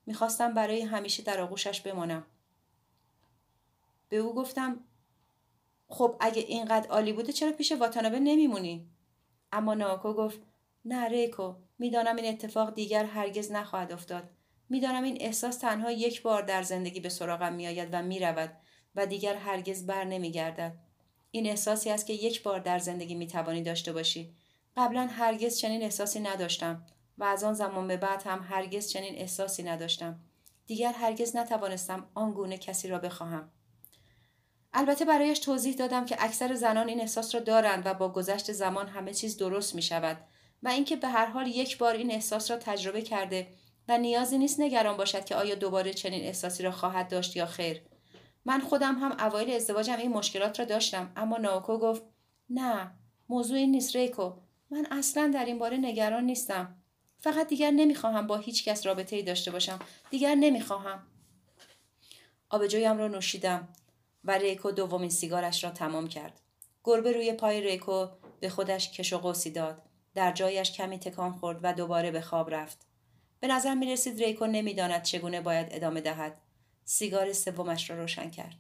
میخواستم برای همیشه در آغوشش بمانم. به او گفتم خب اگه اینقدر عالی بوده چرا پیش واتانابه نمیمونی؟ اما ناوکو گفت نه ریکو، میدانم این اتفاق دیگر هرگز نخواهد افتاد. میدانم این احساس تنها یک بار در زندگی به سراغم میآید و میرود و دیگر هرگز بر نمیگردد. این احساسی است که یک بار در زندگی میتوانی داشته باشی. قبلا هرگز چنین احساسی نداشتم و از آن زمان به بعد هم هرگز چنین احساسی نداشتم. دیگر هرگز نتوانستم آنگونه کسی را بخواهم. البته برایش توضیح دادم که اکثر زنان این احساس را دارند و با گذشت زمان همه چیز درست می شود و اینکه به هر حال یک بار این احساس را تجربه کرده و نیازی نیست نگران باشد که آیا دوباره چنین احساسی را خواهد داشت یا خیر. من خودم هم اوایل ازدواجم این مشکلات را داشتم، اما ناوکو گفت نه، موضوع این نیست ریکو. من اصلا در این باره نگران نیستم. فقط دیگر نمیخواهم با هیچ کس رابطه‌ای داشته باشم. دیگر نمیخواهم. آبجویم را نوشیدم و ریکو دومین سیگارش را تمام کرد. گربه روی پای ریکو به خودش کش و قوسی داد. در جایش کمی تکان خورد و دوباره به خواب رفت. به نظر می رسید ریکو نمی داند چگونه باید ادامه دهد. سیگار سومش را روشن کرد.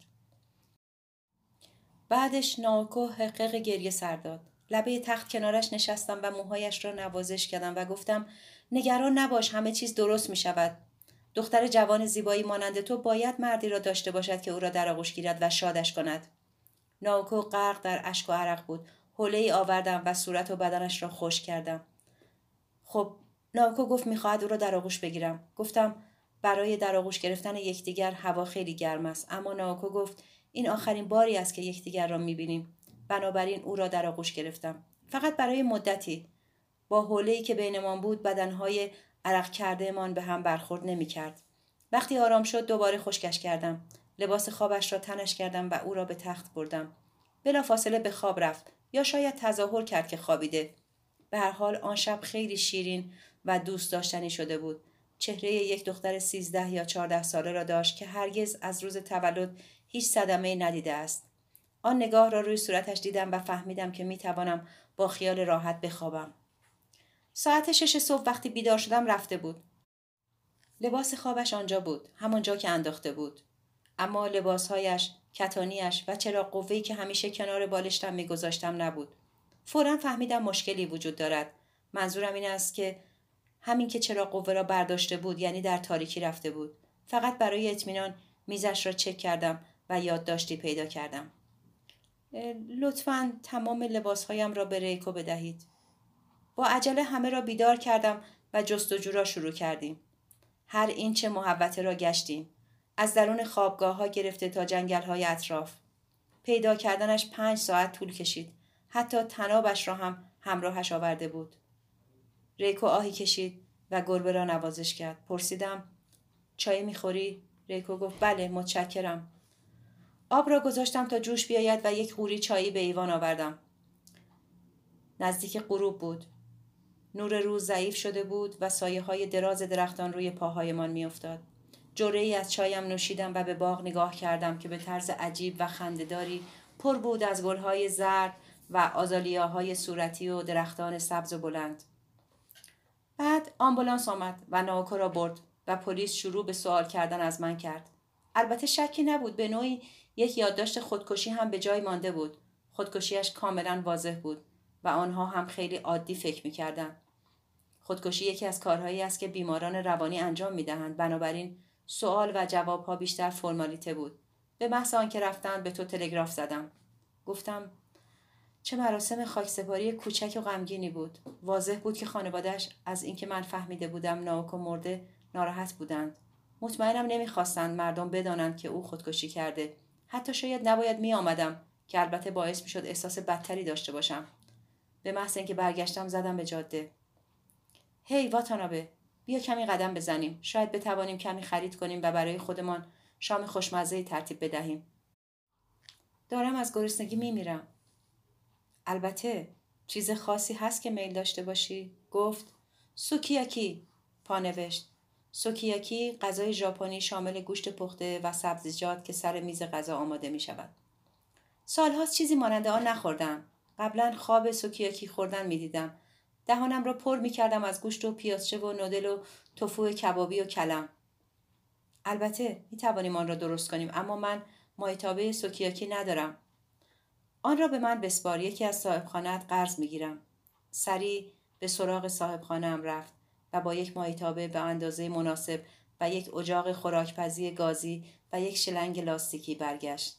بعدش ناوکو حقیق گریه سر داد. لبه تخت کنارش نشستم و موهایش را نوازش کردم و گفتم نگران نباش، همه چیز درست می شود. دختر جوان زیبایی مانند تو باید مردی را داشته باشد که او را در آغوش گیرد و شادش کند. ناوکو غرق در اشک و عرق بود. حوله‌ای آوردم و صورت و بدنش را خشک کردم. خب، ناوکو گفت می‌خواهد او را در آغوش بگیرم. گفتم برای در آغوش گرفتن یکدیگر هوا خیلی گرم است، اما ناوکو گفت این آخرین باری است که یکدیگر را می‌بینیم. بنابراین او را در آغوش گرفتم. فقط برای مدتی. با حوله‌ای که بینمان بود بدنهای عرق کرده‌مان به هم برخورد نمی‌کرد. وقتی آرام شد دوباره خشکش کردم. لباس خوابش را تنش کردم و او را به تخت بردم. بلافاصله به خواب رفت یا شاید تظاهر کرد که خوابیده. به هر حال آن شب خیلی شیرین و دوست داشتنی شده بود. چهره یک دختر سیزده یا چهارده ساله را داشت که هرگز از روز تولد هیچ صدمه‌ای ندیده است. آن نگاه را روی صورتش دیدم و فهمیدم که میتوانم با خیال راحت بخوابم. ساعت شش صبح وقتی بیدار شدم رفته بود. لباس خوابش آنجا بود، همانجا که انداخته بود. اما لباسهایش، کتانیش و چراغ قوه‌ای که همیشه کنار بالشتم میگذاشتم نبود. فوراً فهمیدم مشکلی وجود دارد. منظورم این است که همین که چراغ قوه را برداشته بود یعنی در تاریکی رفته بود. فقط برای اطمینان میزش را چک کردم و یادداشتی پیدا کردم. لطفاً تمام لباسهایم را به ریکو بدهید. با عجله همه را بیدار کردم و جستجو را شروع کردیم. هر اینچ محوطه را گشتیم. از درون خوابگاه ها گرفته تا جنگل های اطراف. پیدا کردنش پنج ساعت طول کشید. حتی طنابش را هم همراهش آورده بود. ریکو آهی کشید و گربه را نوازش کرد. پرسیدم چای میخوری؟ ریکو گفت بله متشکرم. آب را گذاشتم تا جوش بیاید و یک قوری چایی به ایوان آوردم. نزدیک غروب بود. نور روز ضعیف شده بود و سایه های دراز درختان روی پاهایمان می افتاد. جرعه ای از چایم نوشیدم و به باغ نگاه کردم که به طرز عجیب و خنده‌داری پر بود از گل‌های زرد و آزالیاهای صورتی و درختان سبز و بلند. بعد آمبولانس آمد و ناوکو را برد و پلیس شروع به سوال کردن از من کرد. البته شکی نبود، به نوعی یک یادداشت خودکشی هم به جای مانده بود. خودکشیش کاملا واضح بود و آنها هم خیلی عادی فکر می‌کردند. خودکشی یکی از کارهایی است که بیماران روانی انجام می‌دهند، بنابراین سوال و جواب‌ها بیشتر فرمالیته بود. به محض آنکه رفتند به تو تلگراف زدم. گفتم چه مراسم خاکسپاری کوچک و غمگینی بود. واضح بود که خانواده‌اش از اینکه من فهمیده بودم ناوکو مرده ناراحت بودند. مطمئنم نمی‌خواستند مردم بدانند که او خودکشی کرده. حتی شاید نباید می‌آمدم که البته باعث می‌شد احساس بدتری داشته باشم. به محض اینکه برگشتم زدم به جاده. هی واتانابه، بیا کمی قدم بزنیم. شاید بتوانیم کمی خرید کنیم و برای خودمان شام خوشمزه‌ای ترتیب بدهیم. دارم از گرسنگی میمیرم. البته چیز خاصی هست که میل داشته باشی؟ گفت سوکیاکی. پا نوشت. سوکیاکی غذای ژاپنی شامل گوشت پخته و سبزیجات که سر میز غذا آماده می شود. سالهاست چیزی مانند آن نخوردم. قبلا خواب سوکیاکی خوردن می دیدم. دهانم را پر می کردم از گوشت و پیازچه و نودل و توفو کبابی و کلم. البته می توانیم آن را درست کنیم، اما من مایتابه سوکیاکی ندارم. آن را به من بسپار، یکی از صاحبخانه‌ات قرض می گیرم. سریع به سراغ صاحبخانه‌ام رفت و با یک مایتابه به اندازه مناسب و یک اجاق خوراکپزی گازی و یک شلنگ لاستیکی برگشت.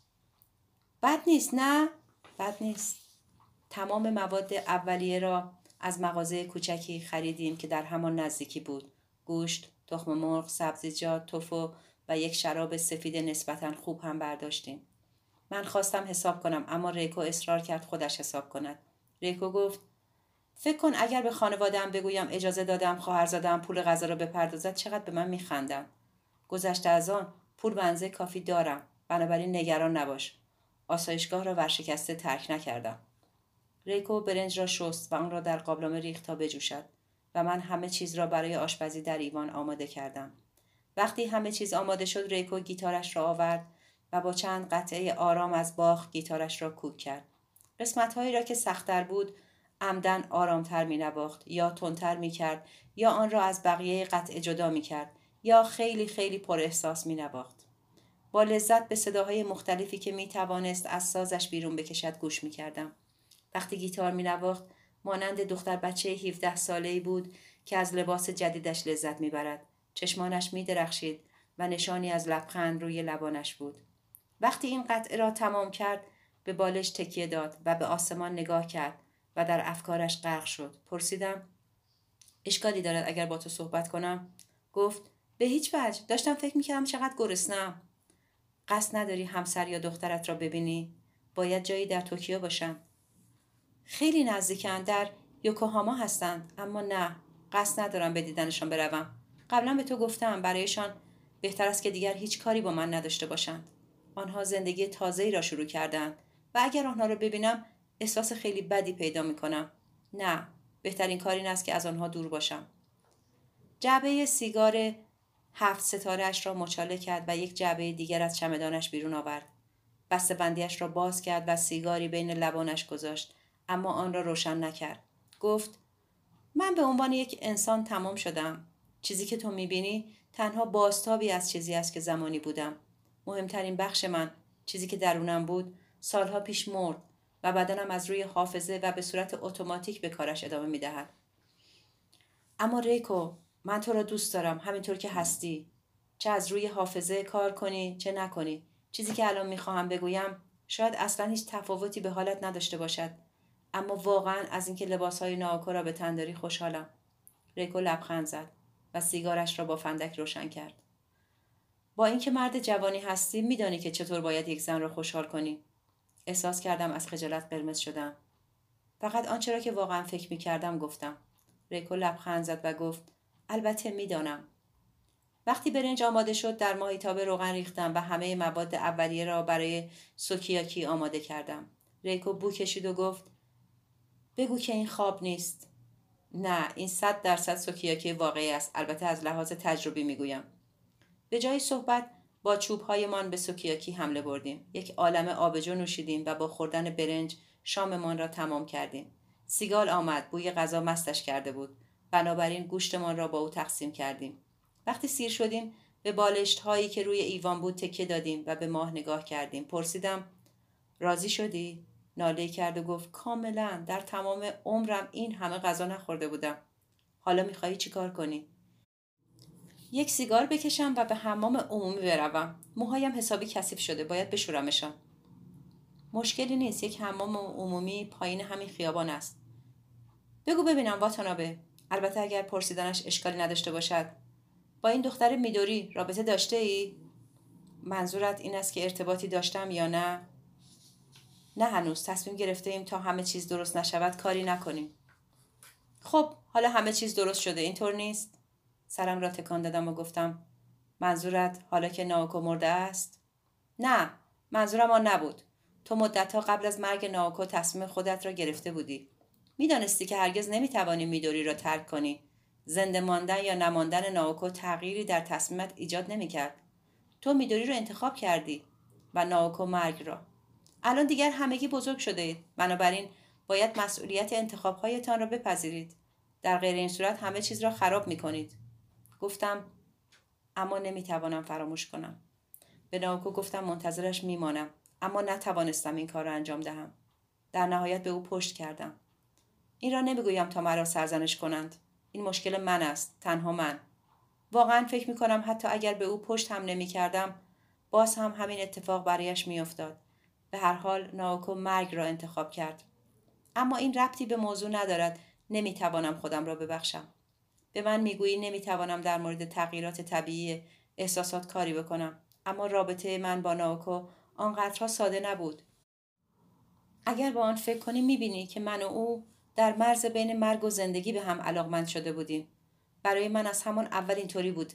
بد نیست نه؟ بد نیست. تمام مواد اولیه را از مغازه کوچکی خریدیم که در همان نزدیکی بود. گوشت، تخم مرغ، سبزیجات، توفو و یک شراب سفید نسبتاً خوب هم برداشتیم. من خواستم حساب کنم، اما ریکو اصرار کرد خودش حساب کند. ریکو گفت فکر کن اگر به خانواده‌ام بگویم اجازه دادم خواهرزاده‌ام پول غذا را بپردازد چقدر به من میخندند. گذشته از آن پول به اندازه کافی دارم، بنابراین نگران نباش. آسایشگاه را ورشکسته ترک نکردم. ریکو برنج را شست و آن را در قابلمه ریخت تا بجوشد و من همه چیز را برای آشپزی در ایوان آماده کردم. وقتی همه چیز آماده شد ریکو گیتارش را آورد و با چند قطعه آرام از باخ گیتارش را کوک کرد. قسمت‌هایی را که سخت‌تر بود عمدن آرامتر می نواخت یا تندتر می کرد یا آن را از بقیه قطعه جدا می کرد یا خیلی خیلی پر احساس می نواخت. با لذت به صداهای مختلفی که می توانست از سازش بیرون بکشد گوش می کردم. وقتی گیتار می نواخت مانند دختر بچه هفده ساله‌ای بود که از لباس جدیدش لذت می برد. چشمانش می درخشید و نشانی از لبخند روی لبانش بود. وقتی این قطعه را تمام کرد به بالش تکیه داد و به آسمان نگاه کرد و در افکارش غرق شد. پرسیدم اشکالی دارد اگر با تو صحبت کنم؟ گفت به هیچ وجه، داشتم فکر میکردم چقدر گرسنه‌ام. قصد نداری همسر یا دخترت را ببینی؟ باید جایی در توکیو باشند. خیلی نزدیکن، در یوکوهاما هستند، اما نه، قصد ندارم به دیدنشان بروم. قبلا به تو گفتم برایشان بهتر است که دیگر هیچ کاری با من نداشته باشند. آنها زندگی تازه‌ای را شروع کردند و اگر آنها را ببینم احساس خیلی بدی پیدا می‌کنم. نه، بهترین کار این است که از آنها دور باشم. جعبه سیگار هفت ستاره‌اش را مچاله کرد و یک جعبه دیگر از چمدانش بیرون آورد. بسته‌بندی‌اش را باز کرد و سیگاری بین لبانش گذاشت، اما آن را روشن نکرد. گفت من به عنوان یک انسان تمام شدم. چیزی که تو می‌بینی تنها بازتابی از چیزی است که زمانی بودم. مهمترین بخش من، چیزی که درونم بود، سالها پیش مرد و بدنم از روی حافظه و به صورت اتوماتیک به کارش ادامه می‌دهد. اما ریکو، من تو را دوست دارم همینطور که هستی. چه از روی حافظه کار کنی چه نکنی. چیزی که الان میخواهم بگویم شاید اصلا هیچ تفاوتی به حالت نداشته باشد، اما واقعا از اینکه لباسهای ناوکو را به تن داری خوشحالم. ریکو لبخند زد و سیگارش را با فندک روشن کرد. با اینکه مرد جوانی هستی میدانی که چطور باید یک زن را خوشحال کنی. احساس کردم از خجالت قرمز شدم. فقط آنچه را که واقعا فکر میکردم گفتم. ریکو لبخند زد و گفت البته میدانم. وقتی برنج آماده شد در ماهیتابه روغن ریختم و همه مواد اولیه را برای سوکیاکی آماده کردم. ریکو بو کشید و گفت بگو که این خواب نیست. نه، این صد درصد سوکیاکی واقعی است، البته از لحاظ تجربی میگویم. به جای صحبت با چوب‌هایمان به سوکیاکی حمله بردیم. یک عالمه آبجو نوشیدیم و با خوردن برنج شاممان را تمام کردیم. سیگال آمد، بوی غذا مستش کرده بود. بنابراین گوشتمان را با او تقسیم کردیم. وقتی سیر شدیم به بالشت هایی که روی ایوان بود تکیه دادیم و به ماه نگاه کردیم. پرسیدم راضی شدی؟ ناله کرد و گفت کاملا، در تمام عمرم این همه غذا نخورده بودم. حالا میخوایی چی کار کنی؟ یک سیگار بکشم و به حمام عمومی بروم. موهایم حسابی کثیف شده، باید بشورمشان. مشکلی نیست، یک حمام عمومی پایین همین خیابان است. بگو ببینم واتانابه، البته اگر پرسیدنش اشکالی نداشته باشد، با این دختر میدوری رابطه داشته ای؟ منظورت این است که ارتباطی داشتم یا نه؟ نه هنوز، تصمیم گرفته ایم تا همه چیز درست نشود کاری نکنیم. خب حالا همه چیز درست شده، اینطور نیست؟ سرم را تکان دادم و گفتم منظورت حالا که ناوکو مرده است؟ نه، منظورم آن نبود. تو مدتها قبل از مرگ ناوکو تصمیم خودت را گرفته بودی. میدانستی که هرگز نمیتوانی میدوری را ترک کنی. زنده ماندن یا نماندن ناوکو تغییری در تصمیمت ایجاد نمیکرد. تو میدوری را انتخاب کردی و ناوکو مرگ را. الان دیگر همگی بزرگ شده اید، بنابراین باید مسئولیت انتخاب‌هایتان را بپذیرید. در غیر این صورت همه چیز را خراب می‌کنید. گفتم اما نمیتوانم فراموش کنم. به ناوکو گفتم منتظرش میمانم، اما نتوانستم این کار را انجام دهم. در نهایت به او پشت کردم. این را نمیگویم تا مرا سرزنش کنند. این مشکل من است، تنها من. واقعا فکر میکنم حتی اگر به او پشت هم نمیکردم، باز هم همین اتفاق برایش میافتاد. به هر حال ناوکو مرگ را انتخاب کرد. اما این ربطی به موضوع ندارد. نمیتوانم خودم را ببخشم. به من میگویی نمیتوانم در مورد تغییرات طبیعی احساسات کاری بکنم، اما رابطه من با ناوکو آنقدرها ساده نبود. اگر با آن فکر کنی میبینی که من و او در مرز بین مرگ و زندگی به هم علاقمند شده بودیم. برای من از همان اول اینطوری بود.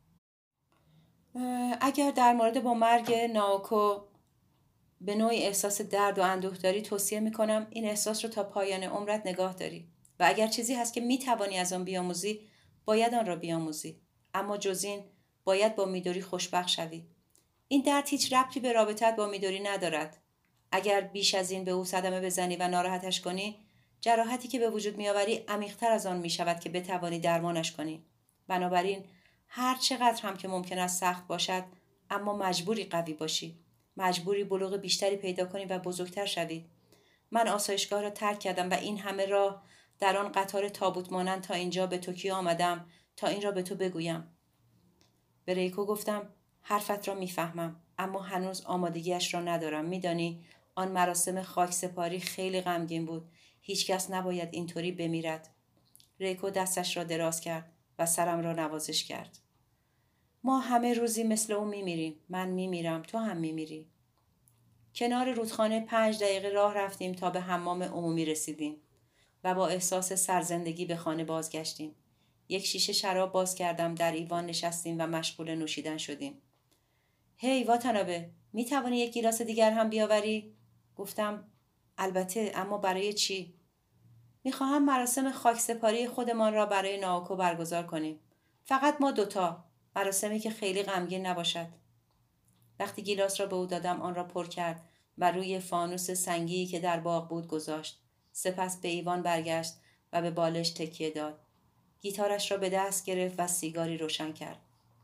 اگر در مورد با مرگ ناوکو به نوعی احساس درد و اندوه داری، توصیه میکنم این احساس رو تا پایان عمرت نگاه داری و اگر چیزی هست که میتوانی از آن بیاموزی، باید آن را بیاموزی. اما جز این باید با میدوری خوشبخت شوی. این درد هیچ ربطی به رابطت با میدوری ندارد. اگر بیش از این به او صدمه بزنی و ناراحتش کنی، جراحتی که به وجود میآوری عمیق‌تر از آن میشود که بتوانی درمانش کنی. بنابراین هر چقدر هم که ممکن است سخت باشد، اما مجبوری قوی باشی. مجبوری بلوغ بیشتری پیدا کنی و بزرگتر شوی. من آسایشگاه را ترک کردم و این همه راه در آن قطار تابوت مانند تا اینجا به توکیو آمدم تا این را به تو بگویم. به ریکو گفتم حرفت را میفهمم، اما هنوز آمادگیش را ندارم. میدانی آن مراسم خاک سپاری خیلی غمگین بود. هیچکس نباید اینطوری بمیرد. ریکو دستش را دراز کرد و سرم را نوازش کرد. ما همه روزی مثل او میمیریم. من میمیرم، تو هم میمیری. کنار رودخانه پنج دقیقه راه رفتیم تا به حمام عمومی رسیدیم و با احساس سرزندگی به خانه بازگشتیم. یک شیشه شراب باز کردم، در ایوان نشستیم و مشغول نوشیدن شدیم. هی واتانابه، می توانی یک گیلاس دیگر هم بیاوری؟ گفتم البته، اما برای چی؟ می خواهم مراسم خاکسپاری خودمان را برای ناوکو برگزار کنیم. فقط ما دوتا، مراسمی که خیلی غمگین نباشد. وقتی گیلاس را به او دادم آن را پر کرد و روی فانوس سنگی که در باغ بود گذاشت. سپس به ایوان برگشت و به بالش تکیه داد. گیتارش را به دست گرفت و سیگاری روشن کرد.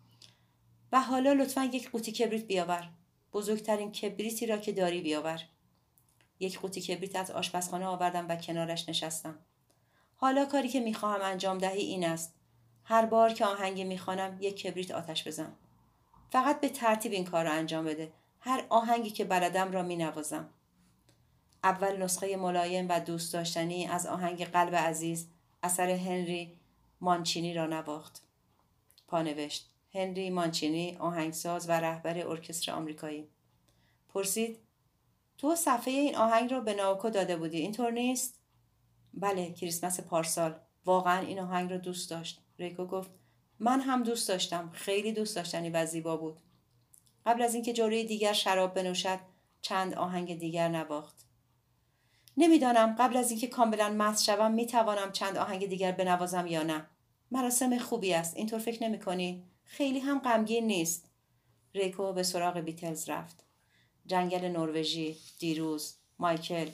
و حالا لطفاً یک قوطی کبریت بیاور. بزرگترین کبریتی را که داری بیاور. یک قوطی کبریت از آشپزخانه آوردم و کنارش نشستم. حالا کاری که میخواهم انجام دهی این است. هر بار که آهنگی میخوانم یک کبریت آتش بزن. فقط به ترتیب این کار را انجام بده. هر آهنگی که بلدم را مینوازم. اول نسخه ملایم و دوست داشتنی از آهنگ قلب عزیز اثر هنری مانچینی را نواخت. پانوشت: هنری مانچینی، آهنگساز و رهبر ارکستر آمریکایی. پرسید: تو صفحه این آهنگ را به ناوکو داده بودی، اینطور نیست؟ بله، کریسمس پارسال. واقعا این آهنگ را دوست داشت. ریکو گفت: من هم دوست داشتم. خیلی دوست داشتنی و زیبا بود. قبل از اینکه جوری دیگر شراب بنوشد، چند آهنگ دیگر نواخت. نمیدانم قبل از اینکه کاملا مست شوم میتوانم چند آهنگ دیگر بنوازم یا نه. مراسم خوبی است. اینطور فکر نمی‌کنی؟ خیلی هم غمگین نیست. ریکو به سراغ بیتلز رفت. جنگل نروژی، دیروز، مایکل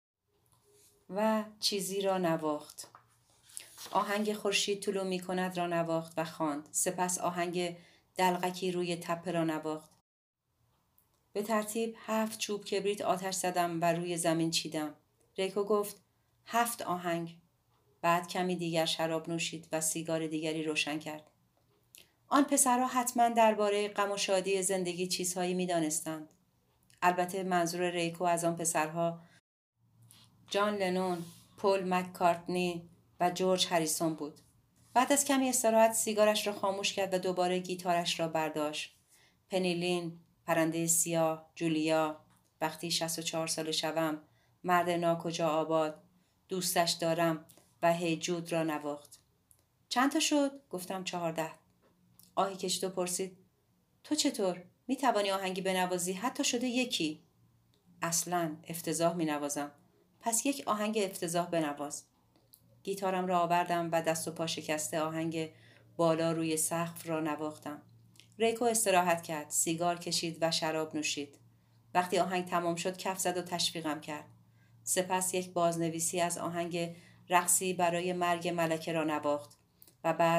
و چیزی را نواخت. آهنگ خورشید طلوع می کند را نواخت و خواند. سپس آهنگ دلغکی روی تپه را نواخت. به ترتیب هفت چوب کبریت آتش زدم و روی زمین چیدم. ریکو گفت: هفت آهنگ. بعد کمی دیگر شراب نوشید و سیگار دیگری روشن کرد. آن پسرها حتما درباره غم و شادی زندگی چیزهایی می دانستند. البته منظور ریکو از آن پسرها جان لنون، پول مککارتنی و جورج هریسون بود. بعد از کمی استراحت سیگارش را خاموش کرد و دوباره گیتارش را برداشت. پنیلین، پرنده سیاه، جولیا، وقتی شصت و چهار ساله شوم، مرد ناکجا آباد، دوستش دارم و هی جود را نواخت. چند تا شد؟ گفتم چهارده. آهی کشید و پرسید: تو چطور؟ می توانی آهنگی بنوازی؟ حتی شده یکی. اصلاً افتضاح می نوازم. پس یک آهنگ افتضاح بنواز. گیتارم را آوردم و دست و پا شکسته آهنگ بالا روی سقف را نواختم. ریکو استراحت کرد، سیگار کشید و شراب نوشید. وقتی آهنگ تمام شد کف زد و تشویقم کرد. سپس یک بازنویسی از آهنگ رقصی برای مرگ ملکه را نواخت و بعد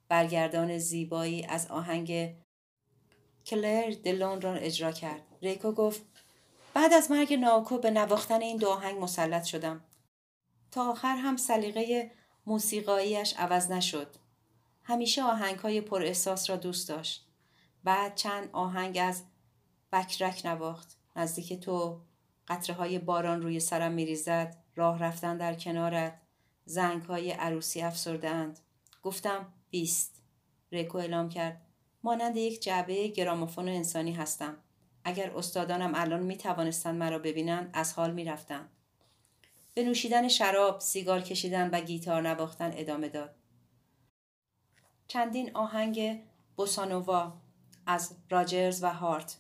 برگردان زیبایی از آهنگ کلر دلون را اجرا کرد. ریکو گفت بعد از مرگ نائوکو به نواختن این دو آهنگ مسلط شدم. تا آخر هم سلیقه موسیقاییش عوض نشد. همیشه آهنگ‌های پر احساس را دوست داشت. بعد چند آهنگ از بکرک نواخت. نزدیک تو، قطره‌های باران روی سرم می‌ریزد، راه رفتن در کنارت، زنگ‌های عروسی افسرده‌اند. گفتم بیست. ریکو اعلام کرد مانند یک جعبه گرامافون انسانی هستم. اگر استادانم الان می توانستند مرا ببینند از حال می رفتند. به نوشیدن شراب، سیگار کشیدن و گیتار نواختن ادامه داد. چندین آهنگ بوسانووا از راجرز و هارت،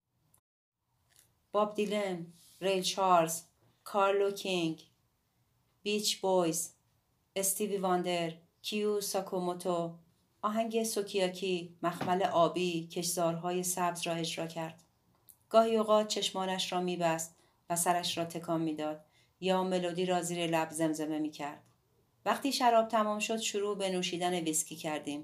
باب دیلن، ری چارلز، کارلو کینگ، بیچ بویز، استیوی واندر، کیو ساکوموتو، آهنگ سوکیاکی، مخمل آبی، کشزارهای سبز را اجرا کرد. گاهی اوقات چشمانش را می‌بست و سرش را تکان می‌داد یا ملودی را زیر لب زمزمه می‌کرد. وقتی شراب تمام شد شروع به نوشیدن ویسکی کردیم.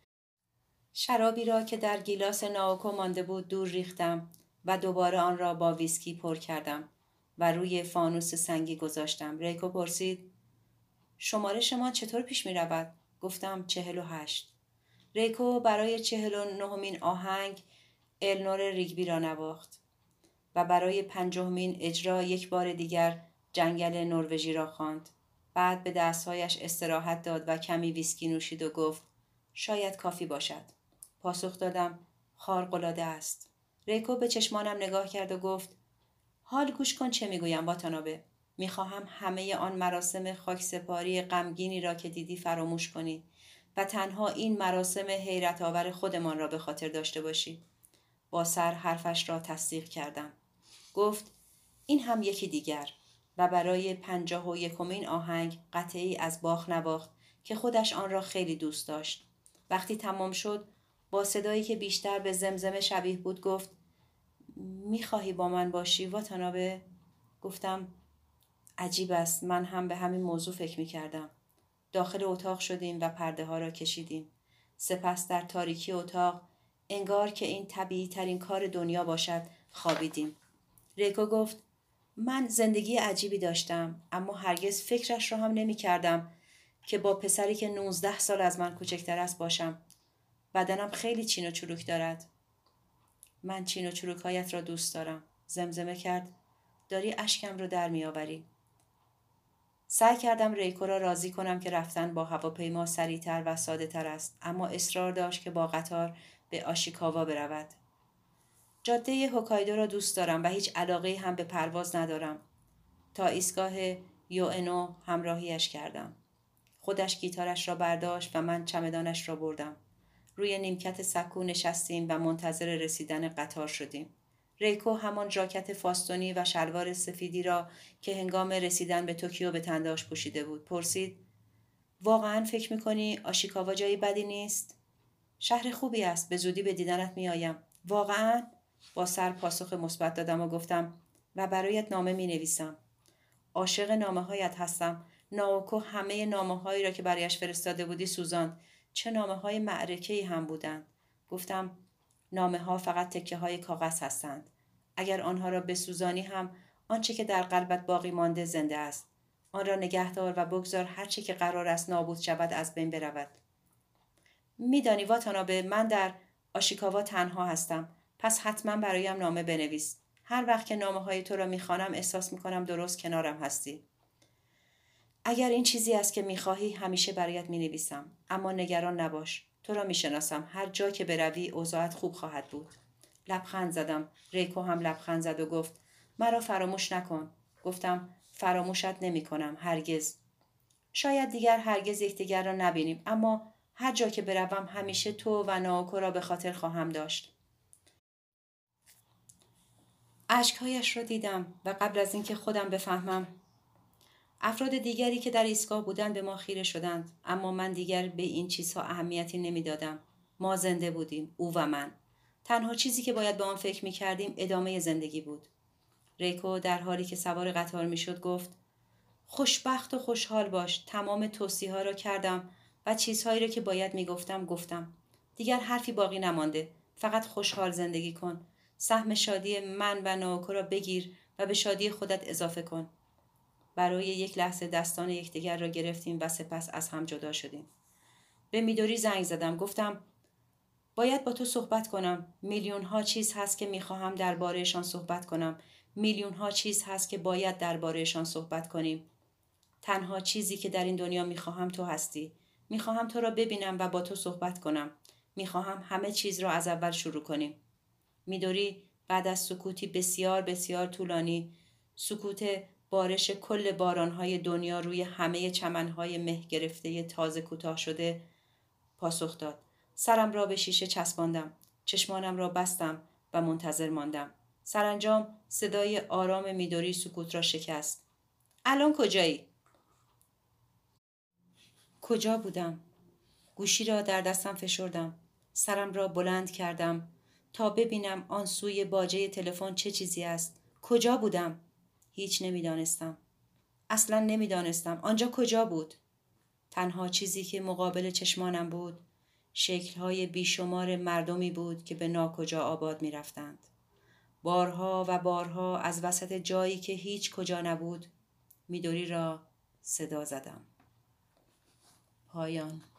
شرابی را که در گیلاس نائوکو مانده بود دور ریختم و دوباره آن را با ویسکی پر کردم و روی فانوس سنگی گذاشتم. ریکو پرسید شماره شما چطور پیش می رود؟ گفتم چهل و هشت. ریکو برای چهل و نهمین آهنگ النور ریگبی را نواخت و برای پنجمین اجرا یک بار دیگر جنگل نروژی را خواند. بعد به دستهایش استراحت داد و کمی ویسکی نوشید و گفت شاید کافی باشد. پاسخ دادم خارق‌العاده است. ریکو به چشمانم نگاه کرد و گفت حال گوش کن چه میگویم واتانابه. میخواهم همه آن مراسم خاکسپاری غمگینی را که دیدی فراموش کنی و تنها این مراسم حیرت آور خودمان را به خاطر داشته باشی. با سر حرفش را تصدیق کردم. گفت این هم یکی دیگر و برای پنجاه و یکمین آهنگ قطعی از باخ نواخت که خودش آن را خیلی دوست داشت. وقتی تمام شد با صدایی که بیشتر به زمزمه شبیه بود گفت میخواهی با من باشی واتانابه؟ گفتم عجیب است، من هم به همین موضوع فکر میکردم. داخل اتاق شدیم و پرده ها را کشیدیم. سپس در تاریکی اتاق انگار که این طبیعی ترین کار دنیا باشد خوابیدیم. ریکو گفت من زندگی عجیبی داشتم اما هرگز فکرش را هم نمی کردم که با پسری که نوزده سال از من کوچکتر است باشم. بدنم خیلی چین و چروک دارد. من چین و چروکهایت را دوست دارم. زمزمه کرد داری اشکم رو در می آوری. سعی کردم ریکو را راضی کنم که رفتن با هواپیما سریعتر و ساده تر است اما اصرار داشت که با قطار به آشیکاوا برود. جاده هوکایدو را دوست دارم و هیچ علاقه هم به پرواز ندارم. تا ایستگاه یوئنو همراهیش کردم. خودش گیتارش را برداشت و من چمدانش را بردم. روی نیمکت سکو نشستیم و منتظر رسیدن قطار شدیم. ریکو همان ژاکت فاستونی و شلوار سفیدی را که هنگام رسیدن به توکیو به تن داشت پوشیده بود پرسید واقعاً فکر می‌کنی آشیکاوا جایی بدی نیست؟ شهر خوبی است، به زودی به دیدنت می‌آیم. واقعاً؟ با سر پاسخ مثبت دادم و گفتم و برایت نامه می‌نویسم. عاشق نامه‌هایت هستم. نائوکو همه نامه‌هایی را که برایش فرستاده بودی سوزاند. چه نامه‌های معرکه‌ای هم بودند. گفتم نامه‌ها فقط تکه‌های کاغذ هستند. اگر آنها را بسوزانی هم آنچه که در قلبت باقی مانده زنده است. آن را نگه دار و بگذار هر چه که قرار است نابود شود از بین برود. میدانی واتانابه من در آشیکاوا تنها هستم. پس حتما برایم نامه بنویس. هر وقت که نامه‌های تو را می‌خوانم احساس می‌کنم درست کنارم هستی. اگر این چیزی است که می‌خواهی همیشه برایت می‌نویسم. اما نگران نباش. تو را می‌شناسم. هر جا که بروی اوضاعت خوب خواهد بود. لبخند زدم. ریکو هم لبخند زد و گفت مرا فراموش نکن. گفتم فراموشت نمی‌کنم هرگز. شاید دیگر هرگز یکدیگر را نبینیم اما هر جا که بروم همیشه تو و نائوکو را به خاطر خواهم داشت. اشکهایش را دیدم و قبل از اینکه خودم بفهمم افراد دیگری که در ایستگاه بودند به ما خیره شدند اما من دیگر به این چیزها اهمیتی نمیدادم. ما زنده بودیم، او و من. تنها چیزی که باید به آن فکر می‌کردیم ادامه زندگی بود. ریکو در حالی که سوار قطار می‌شد گفت خوشبخت و خوشحال باش. تمام توصیه‌ها را کردم و چیزهایی را که باید میگفتم گفتم. دیگر حرفی باقی نمانده. فقط خوشحال زندگی کن. سهم شادی من و ناوکو را بگیر و به شادی خودت اضافه کن. برای یک لحظه دستان یکدیگر را گرفتیم و سپس از هم جدا شدیم. به میدوری زنگ زدم. گفتم باید با تو صحبت کنم. میلیون ها چیز هست که میخواهم دربارهشان صحبت کنم. میلیون ها چیز هست که باید دربارهشان صحبت کنیم. تنها چیزی که در این دنیا میخواهم تو هستی. میخواهم تو را ببینم و با تو صحبت کنم. میخواهم همه چیز را از اول شروع کنیم. میدوری بعد از سکوتی بسیار بسیار طولانی، سکوت بارش کل بارانهای دنیا روی همه چمنهای مه گرفته تازه کوتاه شده، پاسخ داد. سرم را به شیشه چسباندم. چشمانم را بستم و منتظر ماندم. سرانجام صدای آرام میدوری سکوت را شکست. الان کجایی؟ کجا بودم؟ گوشی را در دستم فشردم. سرم را بلند کردم تا ببینم آن سوی باجه تلفن چه چیزی است. کجا بودم؟ هیچ نمیدانستم. اصلا نمیدانستم. آنجا کجا بود؟ تنها چیزی که مقابل چشمانم بود، شکل‌های بیشمار مردمی بود که به ناکجا آباد می‌رفتند. بارها و بارها از وسط جایی که هیچ کجا نبود، میدوری را صدا زدم. پایان.